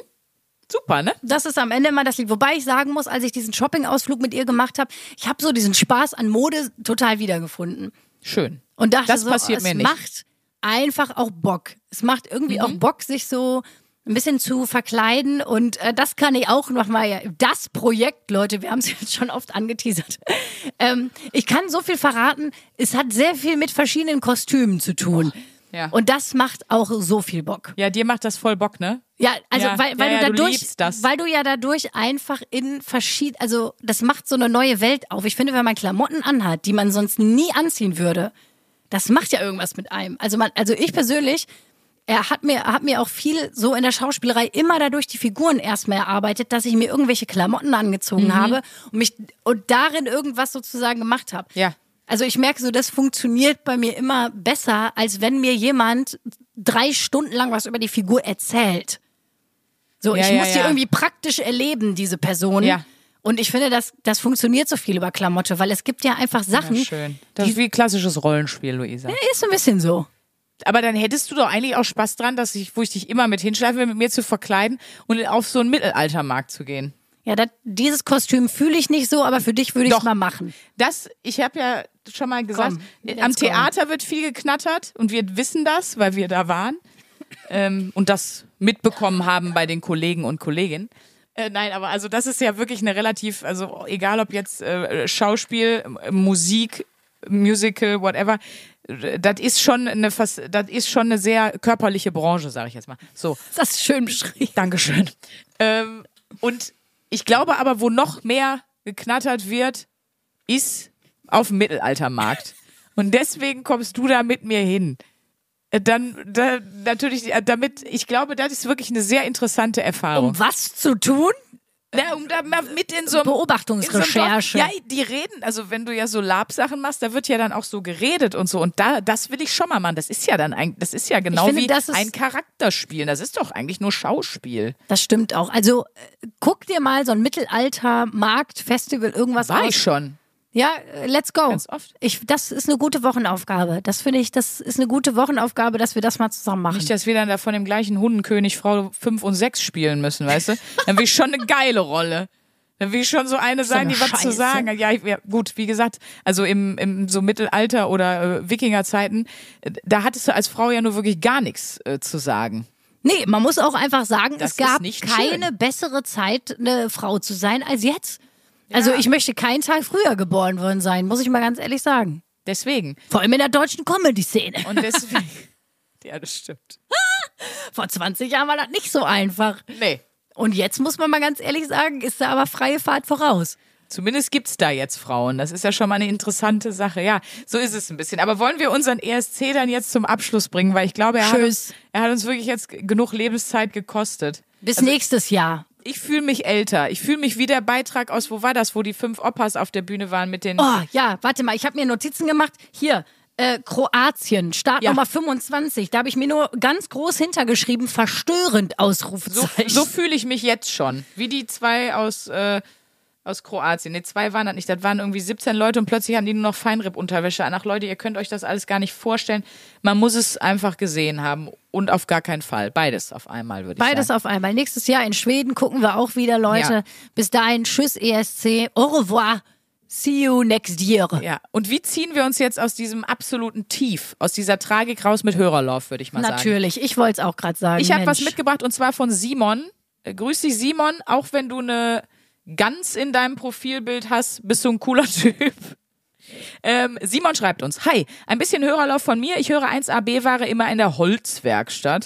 Super, ne? Das ist am Ende immer das Lied. Wobei ich sagen muss, als ich diesen Shopping-Ausflug mit ihr gemacht habe, ich habe so diesen Spaß an Mode total wiedergefunden. Schön. Und dachte Das so, passiert es mir nicht. macht einfach auch Bock. Es macht irgendwie auch Bock, sich so ein bisschen zu verkleiden und äh, das kann ich auch nochmal, das Projekt, Leute, wir haben es jetzt schon oft angeteasert. Ähm, ich kann so viel verraten, es hat sehr viel mit verschiedenen Kostümen zu tun. Ja. Und das macht auch so viel Bock. Ja, dir macht das voll Bock, ne? Ja, also Ja, weil, weil ja, du ja, du dadurch, liebst das. weil du ja dadurch einfach in verschiedenen, also das macht so eine neue Welt auf. Ich finde, wenn man Klamotten anhat, die man sonst nie anziehen würde, das macht ja irgendwas mit einem. Also man, also ich persönlich, er hat mir, hat mir auch viel so in der Schauspielerei immer dadurch die Figuren erstmal erarbeitet, dass ich mir irgendwelche Klamotten angezogen Mhm. habe und mich und darin irgendwas sozusagen gemacht habe. Ja. Also ich merke so, das funktioniert bei mir immer besser, als wenn mir jemand drei Stunden lang was über die Figur erzählt. So, Ja, ich ja, muss die ja. irgendwie praktisch erleben, diese Person. Ja. Und ich finde, das, das funktioniert so viel über Klamotte, weil es gibt ja einfach Sachen. Ja, schön. Das ist wie klassisches Rollenspiel, Luisa. Ist so ein bisschen so. Aber dann hättest du doch eigentlich auch Spaß dran, dass ich, wo ich dich immer mit hinschleife will, mit mir zu verkleiden und auf so einen Mittelaltermarkt zu gehen. Ja, das, dieses Kostüm fühle ich nicht so, aber für dich würde ich es Doch. mal machen. Das, ich habe ja schon mal gesagt, Komm, am let's go. Theater wird viel geknattert und wir wissen das, weil wir da waren ähm, und das mitbekommen haben bei den Kollegen und Kolleginnen. Äh, nein, aber also das ist ja wirklich eine relativ, also egal ob jetzt äh, Schauspiel, äh, Musik, Musical, whatever, äh, das ist schon eine fast, das ist schon eine sehr körperliche Branche, sage ich jetzt mal. So, Das ist schön beschrieben. Dankeschön. Ähm, und ich glaube aber, wo noch mehr geknattert wird, ist auf dem Mittelaltermarkt. Und deswegen kommst du da mit mir hin. Äh, Dann, da, natürlich, äh, damit, ich glaube, das ist wirklich eine sehr interessante Erfahrung. Um was zu tun? Na, um da mal mit in so einem Beobachtungsrecherche. In so einem Dorf, ja, die reden, also wenn du ja so Lab-Sachen machst, da wird ja dann auch so geredet und so. Und da, das will ich schon mal machen. Das ist ja dann eigentlich, das ist ja genau finde, wie das ist- ein Charakterspiel. Das ist doch eigentlich nur Schauspiel. Das stimmt auch. Also äh, guck dir mal so ein Mittelalter-Markt-Festival irgendwas War aus. ich schon. Ja, äh, let's go. Ganz oft. Ich, das ist eine gute Wochenaufgabe. Das finde ich, das ist eine gute Wochenaufgabe, dass wir das mal zusammen machen. Nicht, dass wir dann da von dem gleichen Hundenkönig Frau fünf und sechs spielen müssen, weißt du? Dann will ich schon eine geile Rolle. Dann will ich schon so eine sein, eine die was zu Scheiße. sagen hat. Ja, ich- ja, gut, wie gesagt, also im, im so Mittelalter oder äh, Wikingerzeiten, äh, da hattest du als Frau ja nur wirklich gar nichts äh, zu sagen. Nee, man muss auch einfach sagen, Das es gab ist nicht keine schön. bessere Zeit, eine Frau zu sein als jetzt. Also ich möchte keinen Tag früher geboren worden sein, muss ich mal ganz ehrlich sagen. Deswegen. Vor allem in der deutschen Comedy-Szene. Und deswegen. Ja, das stimmt. Vor zwanzig Jahren war das nicht so einfach. Nee. Und jetzt muss man mal ganz ehrlich sagen, ist da aber freie Fahrt voraus. Zumindest gibt's da jetzt Frauen. Das ist ja schon mal eine interessante Sache. Ja, so ist es ein bisschen. Aber wollen wir unseren E S C dann jetzt zum Abschluss bringen? Weil ich glaube, er, hat Tschüss. uns, er hat uns wirklich jetzt genug Lebenszeit gekostet. Bis nächstes Jahr. Ich fühle mich älter. Ich fühle mich wie der Beitrag aus, wo war das, wo die fünf Opas auf der Bühne waren mit den... Oh ja, warte mal, ich habe mir Notizen gemacht. Hier, äh, Kroatien, Startnummer Ja. fünfundzwanzig. Da habe ich mir nur ganz groß hintergeschrieben, verstörend, So, Ausrufezeichen. so fühle ich mich jetzt schon. Wie die zwei aus, äh, aus Kroatien. Ne, zwei waren das nicht. Das waren irgendwie siebzehn Leute und plötzlich haben die nur noch Feinripp-Unterwäsche an. Ach Leute, ihr könnt euch das alles gar nicht vorstellen. Man muss es einfach gesehen haben. Und auf gar keinen Fall. Beides auf einmal, würde ich Beides sagen. auf einmal. Nächstes Jahr in Schweden gucken wir auch wieder, Leute. Ja. Bis dahin, tschüss E S C, au revoir, see you next year. Ja. Und wie ziehen wir uns jetzt aus diesem absoluten Tief, aus dieser Tragik raus mit Hörerlauf, würde ich mal sagen. Natürlich, ich wollte es auch gerade sagen. Ich habe Mensch. was mitgebracht und zwar von Simon. Äh, grüß dich, Simon. Auch wenn du eine Gans in deinem Profilbild hast, bist du ein cooler Typ. Ähm, Simon schreibt uns, hi, ein bisschen Hörerlauf von mir. Ich höre eins A B-Ware immer in der Holzwerkstatt.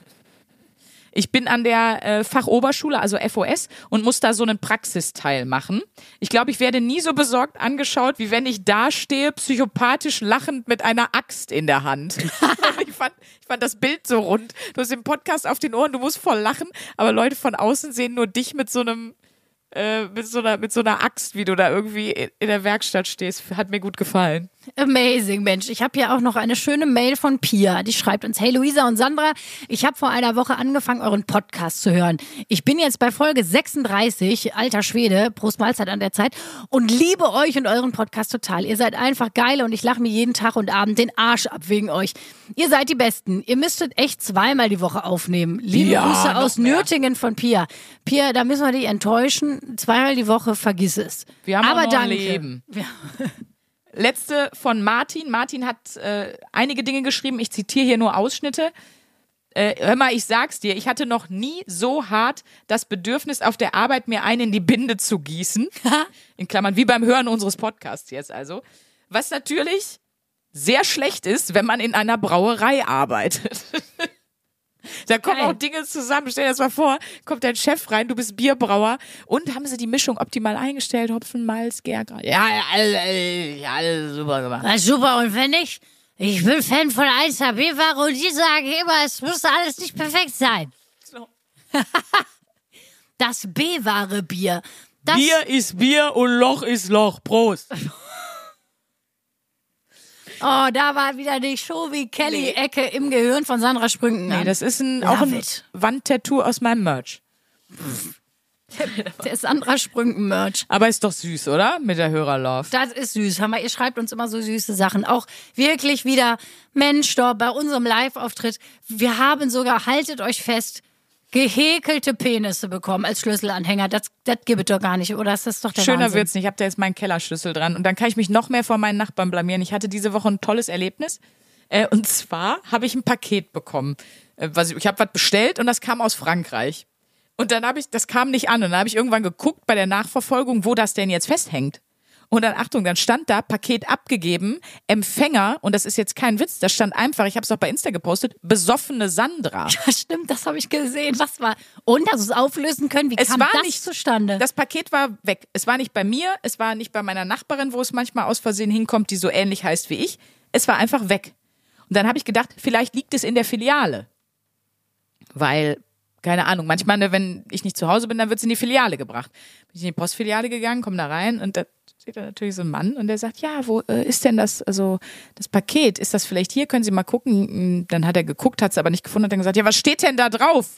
Ich bin an der äh, Fachoberschule, also F O S, und muss da so einen Praxisteil machen. Ich glaube, ich werde nie so besorgt angeschaut, wie wenn ich dastehe, psychopathisch lachend mit einer Axt in der Hand. ich, fand, ich fand das Bild so rund. Du hast den Podcast auf den Ohren, du musst voll lachen, aber Leute von außen sehen nur dich mit so einem äh, mit so einer mit so einer Axt, wie du da irgendwie in der Werkstatt stehst. Hat mir gut gefallen. Amazing, Mensch. Ich habe hier auch noch eine schöne Mail von Pia. Die schreibt uns, hey Luisa und Sandra, ich habe vor einer Woche angefangen, euren Podcast zu hören. Ich bin jetzt bei Folge sechsunddreißig, alter Schwede, Prost Mahlzeit an der Zeit, und liebe euch und euren Podcast total. Ihr seid einfach geil und ich lache mir jeden Tag und Abend den Arsch ab wegen euch. Ihr seid die Besten. Ihr müsstet echt zweimal die Woche aufnehmen. Liebe Ja, Grüße noch aus mehr. Nürtingen von Pia. Pia, da müssen wir dich enttäuschen. Zweimal die Woche, vergiss es. Wir haben Aber auch noch ein danke. Leben. Ja. Letzte von Martin. Martin hat äh, einige Dinge geschrieben. Ich zitiere hier nur Ausschnitte. Äh, hör mal, ich sag's dir, ich hatte noch nie so hart das Bedürfnis auf der Arbeit, mir einen in die Binde zu gießen. In Klammern, wie beim Hören unseres Podcasts jetzt also. Was natürlich sehr schlecht ist, wenn man in einer Brauerei arbeitet. Da kommen Geil. auch Dinge zusammen. Stell dir das mal vor, kommt dein Chef rein, du bist Bierbrauer und haben sie die Mischung optimal eingestellt? Hopfen, Malz, Gärger. Ja, ja, alles, ja, alles super gemacht. Na super, und wenn nicht? Ich bin Fan von eins A B-Ware und die sagen immer, es muss alles nicht perfekt sein. So. Das B-Ware-Bier. Das Bier ist Bier und Loch ist Loch. Prost. Oh, da war wieder die Show wie Kelly-Ecke im Gehirn von Sandra Sprünken. Nee, das ist ein, Love auch ein it. Wandtattoo aus meinem Merch. Der Sandra Sprünken-Merch. Aber ist doch süß, oder? Mit der Hörerlove. Das ist süß. Hör mal, ihr schreibt uns immer so süße Sachen. Auch wirklich wieder, Mensch, doch, bei unserem Live-Auftritt, wir haben sogar, haltet euch fest, gehäkelte Penisse bekommen als Schlüsselanhänger. Das, das gibt es doch gar nicht, oder? Das ist doch der Schöner Wahnsinn. wird's nicht. Ich habe da jetzt meinen Kellerschlüssel dran. Und dann kann ich mich noch mehr vor meinen Nachbarn blamieren. Ich hatte diese Woche ein tolles Erlebnis. Äh, und zwar habe ich ein Paket bekommen. Äh, was ich ich habe was bestellt und das kam aus Frankreich. Und dann habe ich, das kam nicht an. Und dann habe ich irgendwann geguckt bei der Nachverfolgung, wo das denn jetzt festhängt. Und dann, Achtung, dann stand da, Paket abgegeben, Empfänger, und das ist jetzt kein Witz, das stand einfach, ich habe es auch bei Insta gepostet, besoffene Sandra. Ja, stimmt, das habe ich gesehen. Was war? Und hast du es auflösen können? Wie Es kam war das nicht- zustande? Das Paket war weg. Es war nicht bei mir, es war nicht bei meiner Nachbarin, wo es manchmal aus Versehen hinkommt, die so ähnlich heißt wie ich. Es war einfach weg. Und dann habe ich gedacht, vielleicht liegt es in der Filiale. Weil, keine Ahnung, manchmal, ne, wenn ich nicht zu Hause bin, dann wird es in die Filiale gebracht. Bin ich in die Postfiliale gegangen, komme da rein und da steht da natürlich so ein Mann und der sagt, ja, wo äh, ist denn das, also das Paket, ist das vielleicht hier, können Sie mal gucken? Dann hat er geguckt, hat es aber nicht gefunden, hat dann gesagt, ja, was steht denn da drauf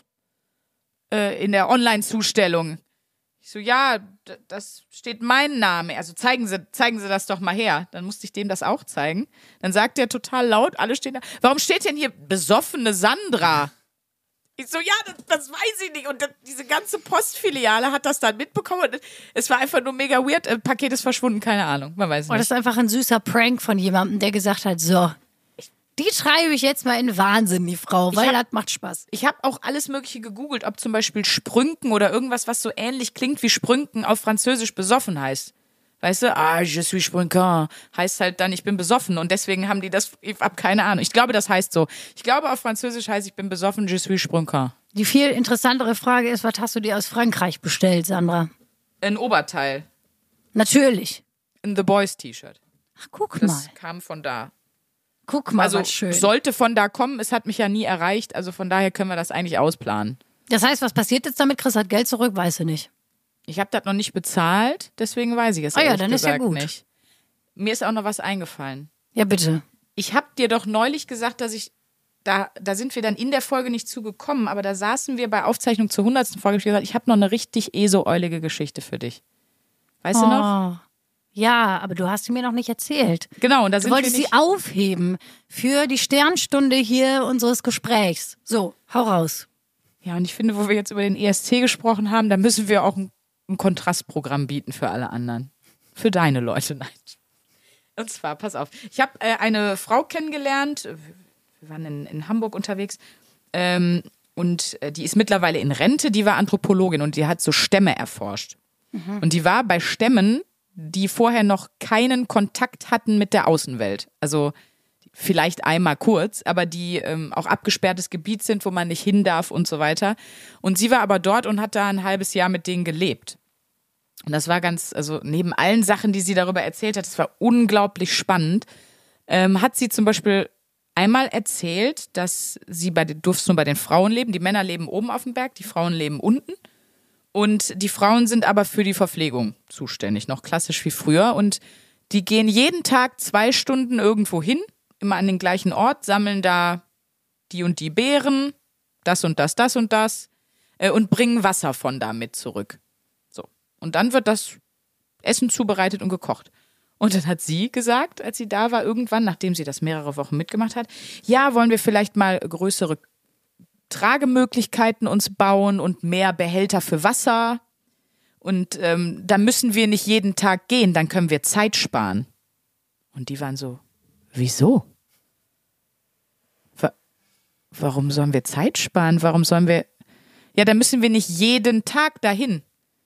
äh, in der Online-Zustellung? Ich so, ja, d- das steht mein Name, also zeigen Sie, zeigen Sie das doch mal her. Dann musste ich dem das auch zeigen. Dann sagt er total laut, alle stehen da, warum steht denn hier besoffene Sandra? Ich so, ja, das, das weiß ich nicht. Und das, diese ganze Postfiliale hat das dann mitbekommen. Und es war einfach nur mega weird. Äh, Paket ist verschwunden, keine Ahnung. Man weiß Oh, das nicht. ist einfach ein süßer Prank von jemandem, der gesagt hat, so, die treibe ich jetzt mal in Wahnsinn, die Frau, weil hab- das macht Spaß. Ich habe auch alles Mögliche gegoogelt, ob zum Beispiel Sprünken oder irgendwas, was so ähnlich klingt wie Sprünken, auf Französisch besoffen heißt. Weißt du, ah, je suis sprünquin, heißt halt dann, ich bin besoffen. Und deswegen haben die das, ich hab keine Ahnung. Ich glaube, das heißt so. Ich glaube, auf Französisch heißt, ich bin besoffen, je suis sprünquin. Die viel interessantere Frage ist, was hast du dir aus Frankreich bestellt, Sandra? Ein Oberteil. Natürlich. Ein The Boys T-Shirt. Ach, guck Das mal. kam von da. Guck mal, Also was schön. sollte von da kommen, es hat mich ja nie erreicht, also von daher können wir das eigentlich ausplanen. Das heißt, was passiert jetzt damit? Chris hat Geld zurück, weißt du nicht. Ich habe das noch nicht bezahlt, deswegen weiß ich es Ah ja, ehrlich dann ist ja gesagt gut. nicht. Mir ist auch noch was eingefallen. Ja, bitte. Ich habe dir doch neulich gesagt, dass ich, da, da sind wir dann in der Folge nicht zugekommen, aber da saßen wir bei Aufzeichnung zur hundertsten Folge. Ich habe gesagt, ich habe noch eine richtig ESO-eulige Geschichte für dich. Weißt du noch? Oh. Ja, aber du hast sie mir noch nicht erzählt. Genau, und da Du sind wir wolltest sie nicht... aufheben für die Sternstunde hier unseres Gesprächs. So, hau raus. Ja, und ich finde, wo wir jetzt über den E S C gesprochen haben, da müssen wir auch ein, ein Kontrastprogramm bieten für alle anderen. Für deine Leute, nein. Und zwar, pass auf, ich habe äh, eine Frau kennengelernt, wir waren in, in Hamburg unterwegs, ähm, und äh, die ist mittlerweile in Rente, die war Anthropologin und die hat so Stämme erforscht. Und die war bei Stämmen, die vorher noch keinen Kontakt hatten mit der Außenwelt. Also vielleicht einmal kurz, aber die ähm, auch abgesperrtes Gebiet sind, wo man nicht hin darf und so weiter. Und sie war aber dort und hat da ein halbes Jahr mit denen gelebt. Und das war ganz, also neben allen Sachen, die sie darüber erzählt hat, das war unglaublich spannend, ähm, hat sie zum Beispiel einmal erzählt, dass sie bei den, durfte nur bei den Frauen leben. Die Männer leben oben auf dem Berg, die Frauen leben unten. Und die Frauen sind aber für die Verpflegung zuständig, noch klassisch wie früher. Und die gehen jeden Tag zwei Stunden irgendwo hin, immer an den gleichen Ort, sammeln da die und die Beeren, das und das, das und das äh, und bringen Wasser von da mit zurück. So. Und dann wird das Essen zubereitet und gekocht. Und dann hat sie gesagt, als sie da war, irgendwann, nachdem sie das mehrere Wochen mitgemacht hat, ja, wollen wir vielleicht mal größere Tragemöglichkeiten uns bauen und mehr Behälter für Wasser. Und ähm, da müssen wir nicht jeden Tag gehen, dann können wir Zeit sparen. Und die waren so, wieso? warum sollen wir Zeit sparen? Warum sollen wir, ja, da müssen wir nicht jeden Tag dahin.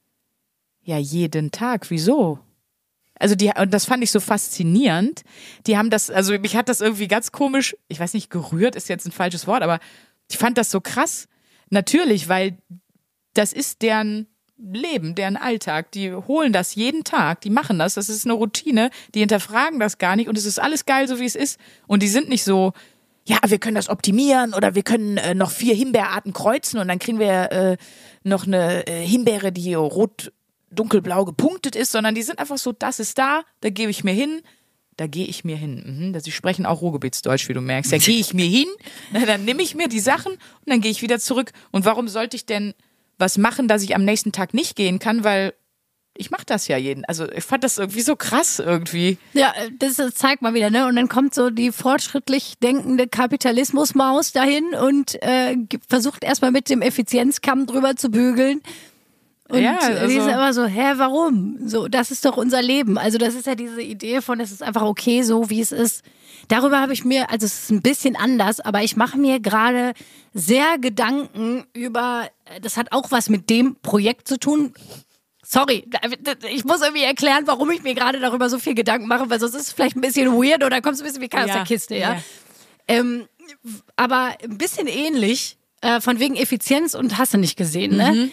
Ja, jeden Tag, wieso? Also die, und das fand ich so faszinierend. Die haben das, also mich hat das irgendwie ganz komisch, ich weiß nicht, gerührt ist jetzt ein falsches Wort, aber ich fand das so krass. Natürlich, weil das ist deren Leben, deren Alltag. Die holen das jeden Tag, die machen das, das ist eine Routine, die hinterfragen das gar nicht und es ist alles geil, so wie es ist. Und die sind nicht so, ja, wir können das optimieren oder wir können äh, noch vier Himbeerarten kreuzen und dann kriegen wir äh, noch eine äh, Himbeere, die rot dunkelblau gepunktet ist, sondern die sind einfach so, das ist da, da gebe ich mir hin, da gehe ich mir hin. Mhm, sie sprechen auch Ruhrgebietsdeutsch, wie du merkst. Da gehe ich mir hin, na, dann nehme ich mir die Sachen und dann gehe ich wieder zurück. Und warum sollte ich denn was machen, dass ich am nächsten Tag nicht gehen kann, weil ich mache das ja jeden. Also ich fand das irgendwie so krass irgendwie. Ja, das, das zeigt mal wieder, ne? Und dann kommt so die fortschrittlich denkende Kapitalismusmaus dahin und äh, versucht erstmal mit dem Effizienzkamm drüber zu bügeln. Und ja, also die sind immer so, hä, warum? So, das ist doch unser Leben. Also das ist ja diese Idee von, es ist einfach okay, so wie es ist. Darüber habe ich mir, also es ist ein bisschen anders, aber ich mache mir gerade sehr Gedanken über, das hat auch was mit dem Projekt zu tun. Sorry, ich muss irgendwie erklären, warum ich mir gerade darüber so viel Gedanken mache, weil sonst ist es vielleicht ein bisschen weird oder kommt es ein bisschen wie Kai aus ja, der Kiste, ja. ja. Ähm, aber ein bisschen ähnlich, äh, von wegen Effizienz und hast du nicht gesehen, ne? Mhm.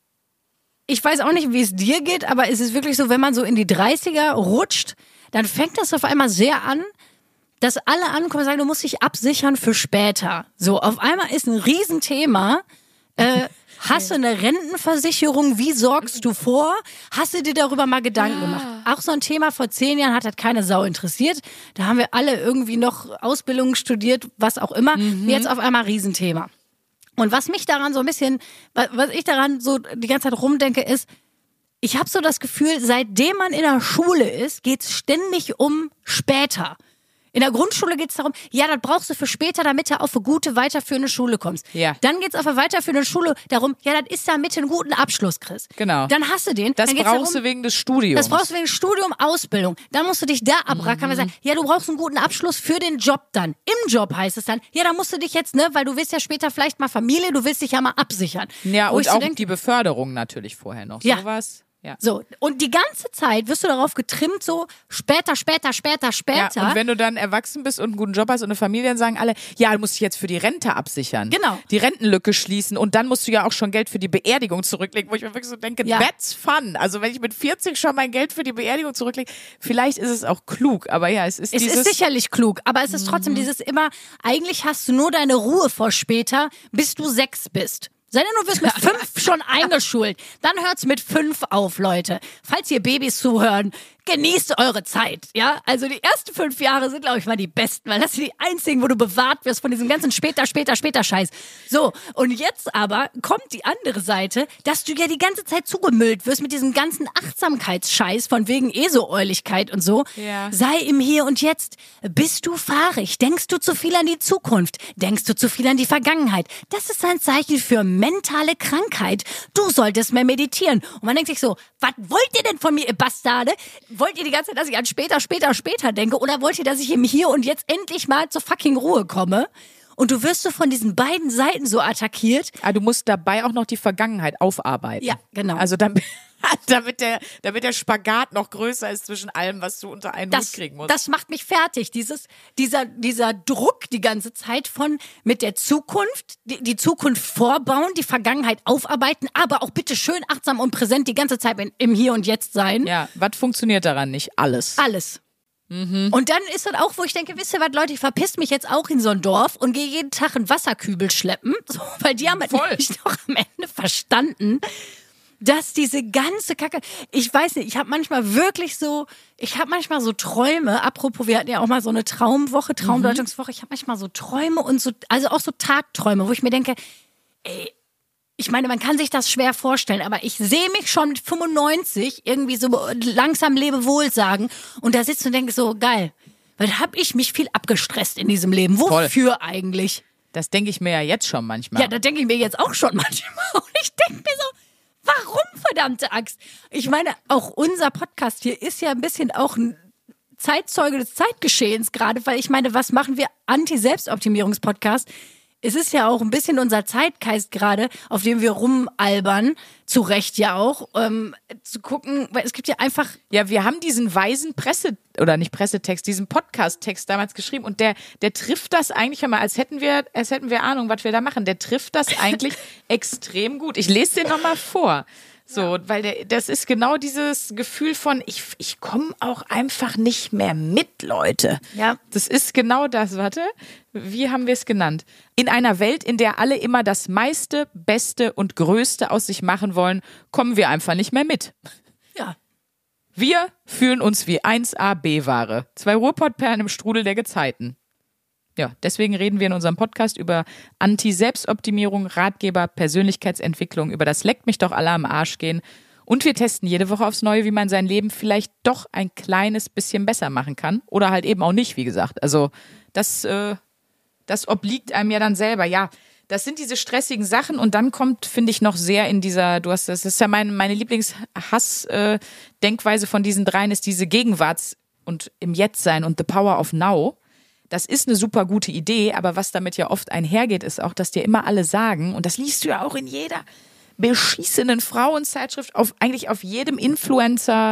Ich weiß auch nicht, wie es dir geht, aber es ist wirklich so, wenn man so in die dreißiger rutscht, dann fängt das auf einmal sehr an, dass alle ankommen und sagen, du musst dich absichern für später. So, auf einmal ist ein Riesenthema. Äh, hast du eine Rentenversicherung? Wie sorgst du vor? Hast du dir darüber mal Gedanken gemacht? Auch so ein Thema vor zehn Jahren hat halt keine Sau interessiert. Da haben wir alle irgendwie noch Ausbildungen studiert, was auch immer. Mhm. Jetzt auf einmal Riesenthema. Und was mich daran so ein bisschen, was ich daran so die ganze Zeit rumdenke, ist, ich habe so das Gefühl, seitdem man in der Schule ist, geht's ständig um später. In der Grundschule geht's darum, ja, das brauchst du für später, damit du auf eine gute, weiterführende Schule kommst. Ja. Dann geht's auf eine weiterführende Schule darum, ja, das ist damit du einen guten Abschluss kriegst. Genau. Dann hast du den. Das dann geht's brauchst darum, du wegen des Studiums. Das brauchst du wegen Studium, Ausbildung. Dann musst du dich da abrackern, weil sagen, ja, du brauchst einen guten Abschluss für den Job dann. Im Job heißt es dann, ja, da musst du dich jetzt, ne, weil du willst ja später vielleicht mal Familie, du willst dich ja mal absichern. Ja, Wo und ich so auch denk, die Beförderung natürlich vorher noch. Ja. Sowas. Ja. So, und die ganze Zeit wirst du darauf getrimmt, so später, später, später, später. Ja, und wenn du dann erwachsen bist und einen guten Job hast und eine Familie, dann sagen alle, ja, du musst dich jetzt für die Rente absichern. Genau. Die Rentenlücke schließen und dann musst du ja auch schon Geld für die Beerdigung zurücklegen, wo ich mir wirklich so denke, Ja. that's fun. Also wenn ich mit vierzig schon mein Geld für die Beerdigung zurücklege, vielleicht ist es auch klug, aber ja, es ist Es dieses... ist sicherlich klug, aber es ist trotzdem dieses immer, eigentlich hast du nur deine Ruhe vor später, bis du sechs bist. Sei denn, du wirst mit fünf schon eingeschult. Dann hört's mit fünf auf, Leute. Falls ihr Babys zuhören, genießt eure Zeit, ja? Also die ersten fünf Jahre sind, glaube ich, mal die besten, weil das sind die einzigen, wo du bewahrt wirst von diesem ganzen später, später, später Scheiß. So, und jetzt aber kommt die andere Seite, dass du ja die ganze Zeit zugemüllt wirst mit diesem ganzen Achtsamkeitsscheiß von wegen ESO-Euligkeit und so. Ja. Sei im Hier und Jetzt. Bist du fahrig? Denkst du zu viel an die Zukunft? Denkst du zu viel an die Vergangenheit? Das ist ein Zeichen für mentale Krankheit. Du solltest mehr meditieren. Und man denkt sich so, was wollt ihr denn von mir, ihr Bastarde? Wollt ihr die ganze Zeit, dass ich an später, später, später denke? Oder wollt ihr, dass ich im Hier und Jetzt endlich mal zur fucking Ruhe komme? Und du wirst so von diesen beiden Seiten so attackiert. Aber du musst dabei auch noch die Vergangenheit aufarbeiten. Ja, genau. Also damit, damit, der, damit der Spagat noch größer ist zwischen allem, was du unter einen Hut Das, kriegen musst. das macht mich fertig. Dieses, dieser, dieser Druck die ganze Zeit von mit der Zukunft, die, die Zukunft vorbauen, die Vergangenheit aufarbeiten, aber auch bitte schön achtsam und präsent die ganze Zeit in, im Hier und Jetzt sein. Ja, was funktioniert daran nicht? Alles. Alles. Mhm. Und dann ist das auch, wo ich denke, wisst ihr was, Leute, ich verpiss mich jetzt auch in so ein Dorf und gehe jeden Tag einen Wasserkübel schleppen, so, weil die haben halt nämlich noch am Ende verstanden, dass diese ganze Kacke, ich weiß nicht, ich habe manchmal wirklich so, ich habe manchmal so Träume, apropos, wir hatten ja auch mal so eine Traumwoche, Traumdeutungswoche, ich habe manchmal so Träume und so, also auch so Tagträume, wo ich mir denke, ey, ich meine, man kann sich das schwer vorstellen, aber ich sehe mich schon mit fünfundneunzig irgendwie so langsam Lebewohl sagen und da sitze und denke so, geil, weil habe ich mich viel abgestresst in diesem Leben. Wofür Voll. Eigentlich? Das denke ich mir ja jetzt schon manchmal. Ja, da denke ich mir jetzt auch schon manchmal und ich denke mir so, warum, verdammte Axt? Ich meine, auch unser Podcast hier ist ja ein bisschen auch ein Zeitzeuge des Zeitgeschehens gerade, weil ich meine, was machen wir? Anti-Selbstoptimierungspodcast. es ist ja auch ein bisschen unser Zeitgeist gerade, auf dem wir rumalbern, zu Recht ja auch, ähm, zu gucken, weil es gibt ja einfach... Ja, wir haben diesen weisen Presse, oder nicht Pressetext, diesen Podcast-Text damals geschrieben und der, der trifft das eigentlich einmal, als hätten wir, als hätten wir Ahnung, was wir da machen. Der trifft das eigentlich extrem gut. Ich lese den nochmal vor. So, ja. Weil der, das ist genau dieses Gefühl von, ich, ich komme auch einfach nicht mehr mit, Leute. Ja. Das ist genau das, warte, wie haben wir es genannt? In einer Welt, in der alle immer das meiste, Beste und Größte aus sich machen wollen, kommen wir einfach nicht mehr mit. Ja. Wir fühlen uns wie eins A B-Ware. Zwei Ruhrpottperlen im Strudel der Gezeiten. Ja, deswegen reden wir in unserem Podcast über Anti-Selbstoptimierung, Ratgeber, Persönlichkeitsentwicklung, über das Leckt mich doch alle am Arsch gehen. Und wir testen jede Woche aufs Neue, wie man sein Leben vielleicht doch ein kleines bisschen besser machen kann. Oder halt eben auch nicht, wie gesagt. Also das, äh, das obliegt einem ja dann selber. Ja, das sind diese stressigen Sachen. Und dann kommt, finde ich, noch sehr in dieser, du hast, das ist ja mein, meine Lieblingshass-Denkweise von diesen dreien, ist diese Gegenwarts- und im Jetzt-Sein und the power of now. Das ist eine super gute Idee, aber was damit ja oft einhergeht, ist auch, dass dir immer alle sagen, und das liest du ja auch in jeder beschissenen Frauenzeitschrift, auf, eigentlich auf jedem Influencer,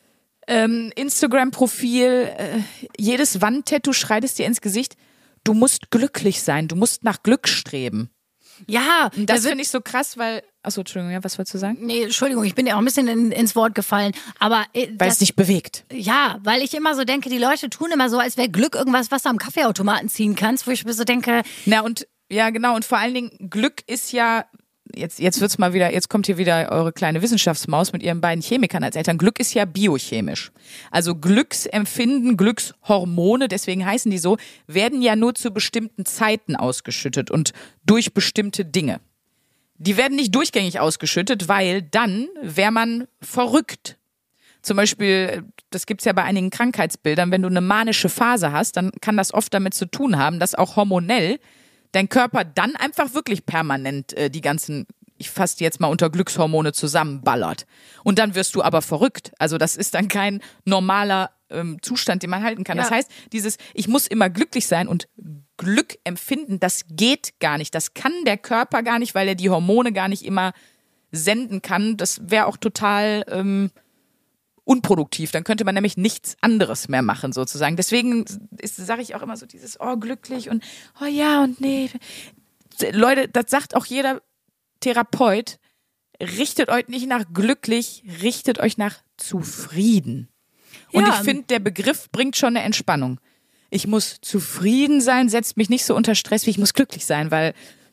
ähm, Instagram-Profil, äh, jedes Wandtattoo schreit es dir ins Gesicht, du musst glücklich sein, du musst nach Glück streben. Ja, Und das finde ich so krass, weil, achso, Entschuldigung, ja, was wolltest du sagen? Nee, Entschuldigung, ich bin ja auch ein bisschen in, ins Wort gefallen, aber... Äh, weil das, es dich bewegt. Ja, weil ich immer so denke, die Leute tun immer so, als wäre Glück irgendwas, was du am Kaffeeautomaten ziehen kannst, wo ich mir so denke... Na und, ja genau, und vor allen Dingen, Glück ist ja... Jetzt, jetzt wird's mal wieder, jetzt kommt hier wieder eure kleine Wissenschaftsmaus mit ihren beiden Chemikern als Eltern. Glück ist ja biochemisch. Also Glücksempfinden, Glückshormone, deswegen heißen die so, werden ja nur zu bestimmten Zeiten ausgeschüttet und durch bestimmte Dinge. Die werden nicht durchgängig ausgeschüttet, weil dann wäre man verrückt. Zum Beispiel, das gibt's ja bei einigen Krankheitsbildern, wenn du eine manische Phase hast, dann kann das oft damit zu tun haben, dass auch hormonell dein Körper dann einfach wirklich permanent äh, die ganzen, ich fasse die jetzt mal unter Glückshormone zusammenballert. Und dann wirst du aber verrückt. Also das ist dann kein normaler ähm, Zustand, den man halten kann. Ja. Das heißt, dieses, ich muss immer glücklich sein und Glück empfinden, das geht gar nicht. Das kann der Körper gar nicht, weil er die Hormone gar nicht immer senden kann. Das wäre auch total... Ähm, unproduktiv, dann könnte man nämlich nichts anderes mehr machen sozusagen. Deswegen sage ich auch immer so dieses, oh glücklich und oh ja und nee. Leute, das sagt auch jeder Therapeut, richtet euch nicht nach glücklich, richtet euch nach zufrieden. Und ja, ich finde, der Begriff bringt schon eine Entspannung. Ich muss zufrieden sein, setzt mich nicht so unter Stress, wie ich muss glücklich sein, weil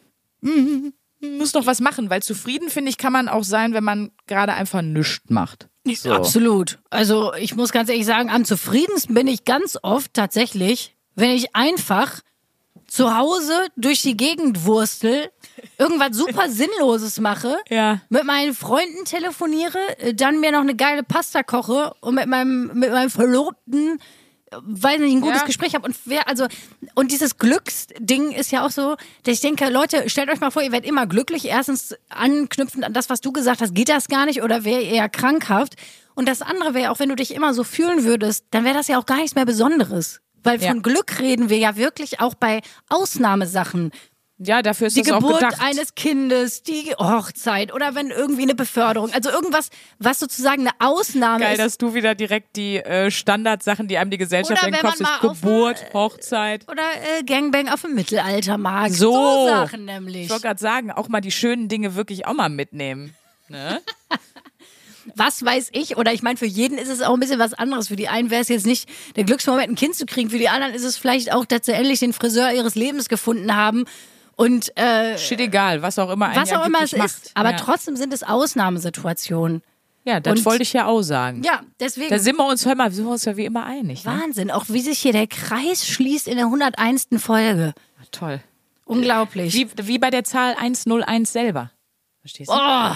mm, muss doch was machen, weil zufrieden, finde ich, kann man auch sein, wenn man gerade einfach nichts macht. So. Absolut. Also ich muss ganz ehrlich sagen, am zufriedensten bin ich ganz oft tatsächlich, wenn ich einfach zu Hause durch die Gegend wurstel, irgendwas super Sinnloses mache, ja. mit meinen Freunden telefoniere, dann mir noch eine geile Pasta koche und mit meinem, mit meinem Verlobten, weil ich ein gutes ja. Gespräch habe. Und wer, also, und dieses Glücksding ist ja auch so, dass ich denke, Leute, stellt euch mal vor, ihr werdet immer glücklich. Erstens anknüpfend an das, was du gesagt hast, geht das gar nicht oder wäre eher krankhaft. Und das andere wäre auch, wenn du dich immer so fühlen würdest, dann wäre das ja auch gar nichts mehr Besonderes. Weil von ja. Glück reden wir ja wirklich auch bei Ausnahmesachen. Ja, dafür ist die das auch Geburt gedacht. eines Kindes, die Hochzeit oder wenn irgendwie eine Beförderung, also irgendwas, was sozusagen eine Ausnahme Geil, ist. dass du wieder direkt die äh, Standardsachen, die einem die Gesellschaft oder in den Kopf ist, Geburt, auf, Hochzeit. Oder äh, Gangbang auf dem Mittelaltermarkt. So, so Sachen nämlich. Ich wollte gerade sagen, auch mal die schönen Dinge wirklich auch mal mitnehmen. Ne? Was weiß ich, oder ich meine, für jeden ist es auch ein bisschen was anderes. Für die einen wäre es jetzt nicht der Glücksmoment, ein Kind zu kriegen. Für die anderen ist es vielleicht auch tatsächlich den Friseur ihres Lebens gefunden haben. Und äh, shit egal, was auch immer einen was ja auch immer es macht. ist. Aber ja. trotzdem sind es Ausnahmesituationen. Ja, das Und, wollte ich ja auch sagen. Ja, deswegen. Da sind wir uns, hör mal, sind wir uns ja wie immer einig. Ne? Wahnsinn, auch wie sich hier der Kreis schließt in der hunderteinsten Folge. Ach, toll. Unglaublich. Wie, wie bei der Zahl hunderteins selber. Verstehst du? Oh!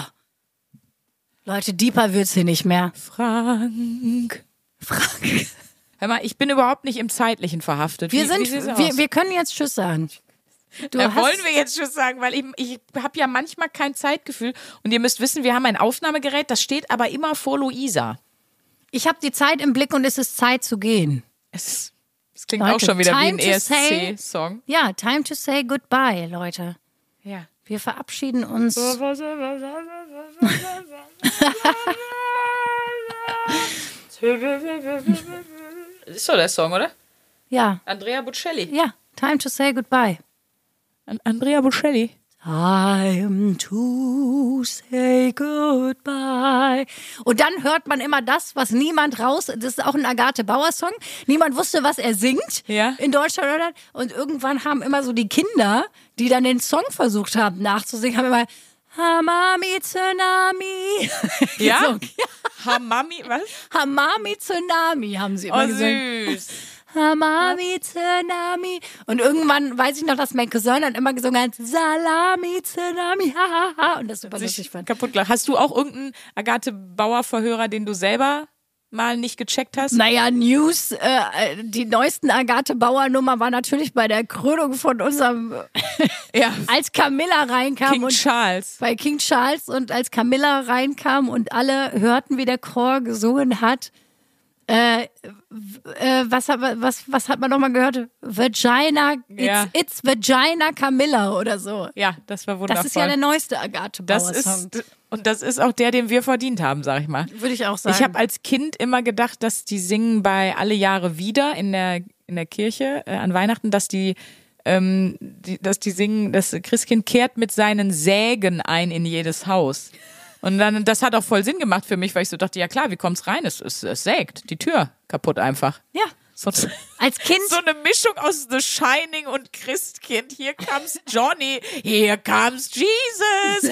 Leute, deeper wird's hier nicht mehr. Frank. Frank. Hör mal, ich bin überhaupt nicht im Zeitlichen verhaftet. Wir, wie, sind, wie wir, wir können jetzt Tschüss sagen. Du da hast wollen wir jetzt Tschüss sagen, weil ich, ich habe ja manchmal kein Zeitgefühl. Und ihr müsst wissen, wir haben ein Aufnahmegerät, das steht aber immer vor Luisa. Ich habe die Zeit im Blick und es ist Zeit zu gehen. Es ist Das klingt Leute, auch schon wieder wie ein time E to S C-Song. Ja, time to say goodbye, Leute. Ja. Wir verabschieden uns. Ist doch der Song, oder? Ja, Andrea Bocelli. ja, time to say goodbye. An- Andrea Bocelli. Time to say goodbye. Und dann hört man immer das, was niemand raus. Das ist auch ein Agathe Bauer Song. Niemand wusste, was er singt Ja. in Deutschland. Oder? Und irgendwann haben immer so die Kinder, die dann den Song versucht haben nachzusingen, haben immer Hamami Tsunami. Ja? gesungen. Hamami, was? Hamami Tsunami haben sie immer Oh, gesungen. süß. Hamami Tsunami. Und irgendwann weiß ich noch, dass mein Cousin dann immer gesungen hat, Salami Tsunami, ha, ha, ha. Und das super lustig Sich fand. kaputt gelacht. Hast du auch irgendeinen Agathe Bauer-Verhörer, den du selber mal nicht gecheckt hast? Naja, News, äh, die neuesten Agathe Bauer Nummer war natürlich bei der Krönung von unserem, Ja. als Camilla reinkam King und Charles. bei King Charles und als Camilla reinkam und alle hörten, wie der Chor gesungen hat, äh, äh, was, hat, was, was hat man nochmal gehört? Vagina, it's, Ja. it's Vagina Camilla oder so. Ja, das war wundervoll. Das ist ja der neueste Agathe Bauer Das Song. ist, und das ist auch der, den wir verdient haben, sag ich mal. Würde ich auch sagen. Ich habe als Kind immer gedacht, dass die singen bei Alle Jahre wieder in der, in der Kirche äh, an Weihnachten, dass die, ähm, die, dass die singen, das Christkind kehrt mit seinen Sägen ein in jedes Haus. Und dann, das hat auch voll Sinn gemacht für mich, weil ich so dachte, ja klar, wie kommt's rein? Es, es, es sägt die Tür kaputt einfach. ja. So, Als Kind. so eine Mischung aus The Shining und Christkind. Hier comes Johnny, here comes Jesus.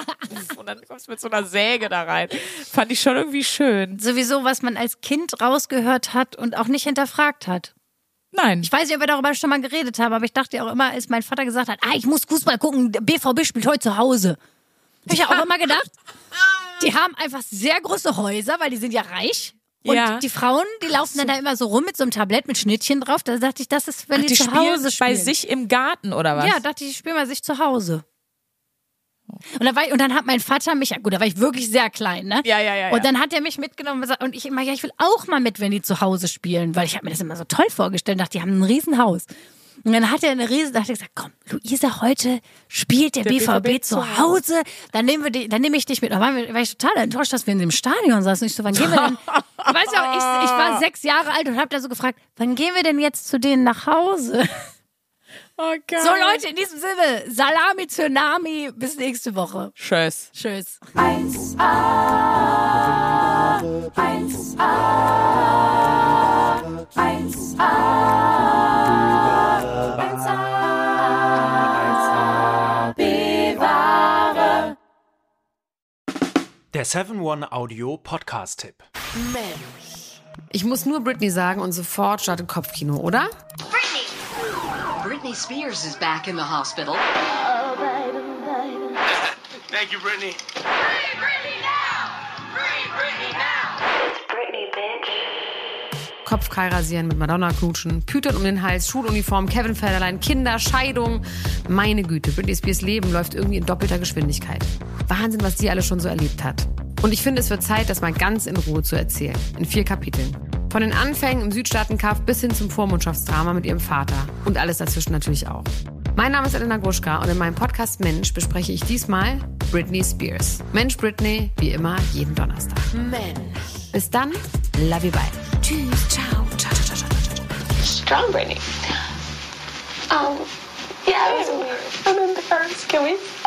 Und dann kommst du mit so einer Säge da rein. Fand ich schon irgendwie schön. Sowieso, was man als Kind rausgehört hat und auch nicht hinterfragt hat. Nein. Ich weiß nicht, ob wir darüber schon mal geredet haben, aber ich dachte auch immer, als mein Vater gesagt hat, ah, ich muss Fußball gucken, der B V B spielt heute zu Hause. Habe ich ja auch immer gedacht, die haben einfach sehr große Häuser, weil die sind ja reich. Und Ja. die Frauen, die laufen dann da immer so rum mit so einem Tablett mit Schnittchen drauf. Da dachte ich, das ist, wenn Ach, die, die zu spielen Hause spielen. bei sich im Garten oder was? Ja, dachte ich, ich spiele mal sich zu Hause. Und dann, war ich, und dann hat mein Vater mich, gut, da war ich wirklich sehr klein, ne? Ja, ja, ja, Und ja. dann hat er mich mitgenommen und gesagt- und ich immer, ja, ich will auch mal mit, wenn die zu Hause spielen, weil ich habe mir das immer so toll vorgestellt und dachte, die haben ein Riesenhaus. Und dann hat er eine riesen, da hat er gesagt, komm, Luisa, heute spielt der, Der B V B, B V B zu zu Hause. Dann nehmen wir die, dann nehme ich dich mit. Da war, war ich total enttäuscht, dass wir in dem Stadion saßen. Ich so, wann gehen wir denn? Ich weiß ja auch, ich, ich war sechs Jahre alt und habe da so gefragt, wann gehen wir denn jetzt zu denen nach Hause? Oh, geil. So Leute, in diesem Sinne, Salami Tsunami, bis nächste Woche. Tschüss. Tschüss. eins a, eins a, eins a, eins a, bewahre. Der seven one Audio Podcast-Tipp. Ich muss nur Britney sagen und sofort startet Kopfkino, oder? Britney Spears is back in the hospital. Thank you, Brittany. Kopfkeil rasieren, mit Madonna knutschen, Pütern um den Hals, Schuluniform, Kevin Federlein, Kinder, Scheidung. Meine Güte, Britney Spears Leben läuft irgendwie in doppelter Geschwindigkeit. Wahnsinn, was die alle schon so erlebt hat. Und ich finde, es wird Zeit, das mal ganz in Ruhe zu erzählen. In vier Kapiteln. Von den Anfängen im Südstaatenkampf bis hin zum Vormundschaftsdrama mit ihrem Vater. Und alles dazwischen natürlich auch. Mein Name ist Elena Gruschka und in meinem Podcast Mensch bespreche ich diesmal Britney Spears. Mensch Britney, wie immer, jeden Donnerstag. Mensch. Bis dann, love you, bye. Tschüss, ciao, ciao, ciao, ciao, ciao, ciao. Strong Britney. Um, yeah, I remember first. Can we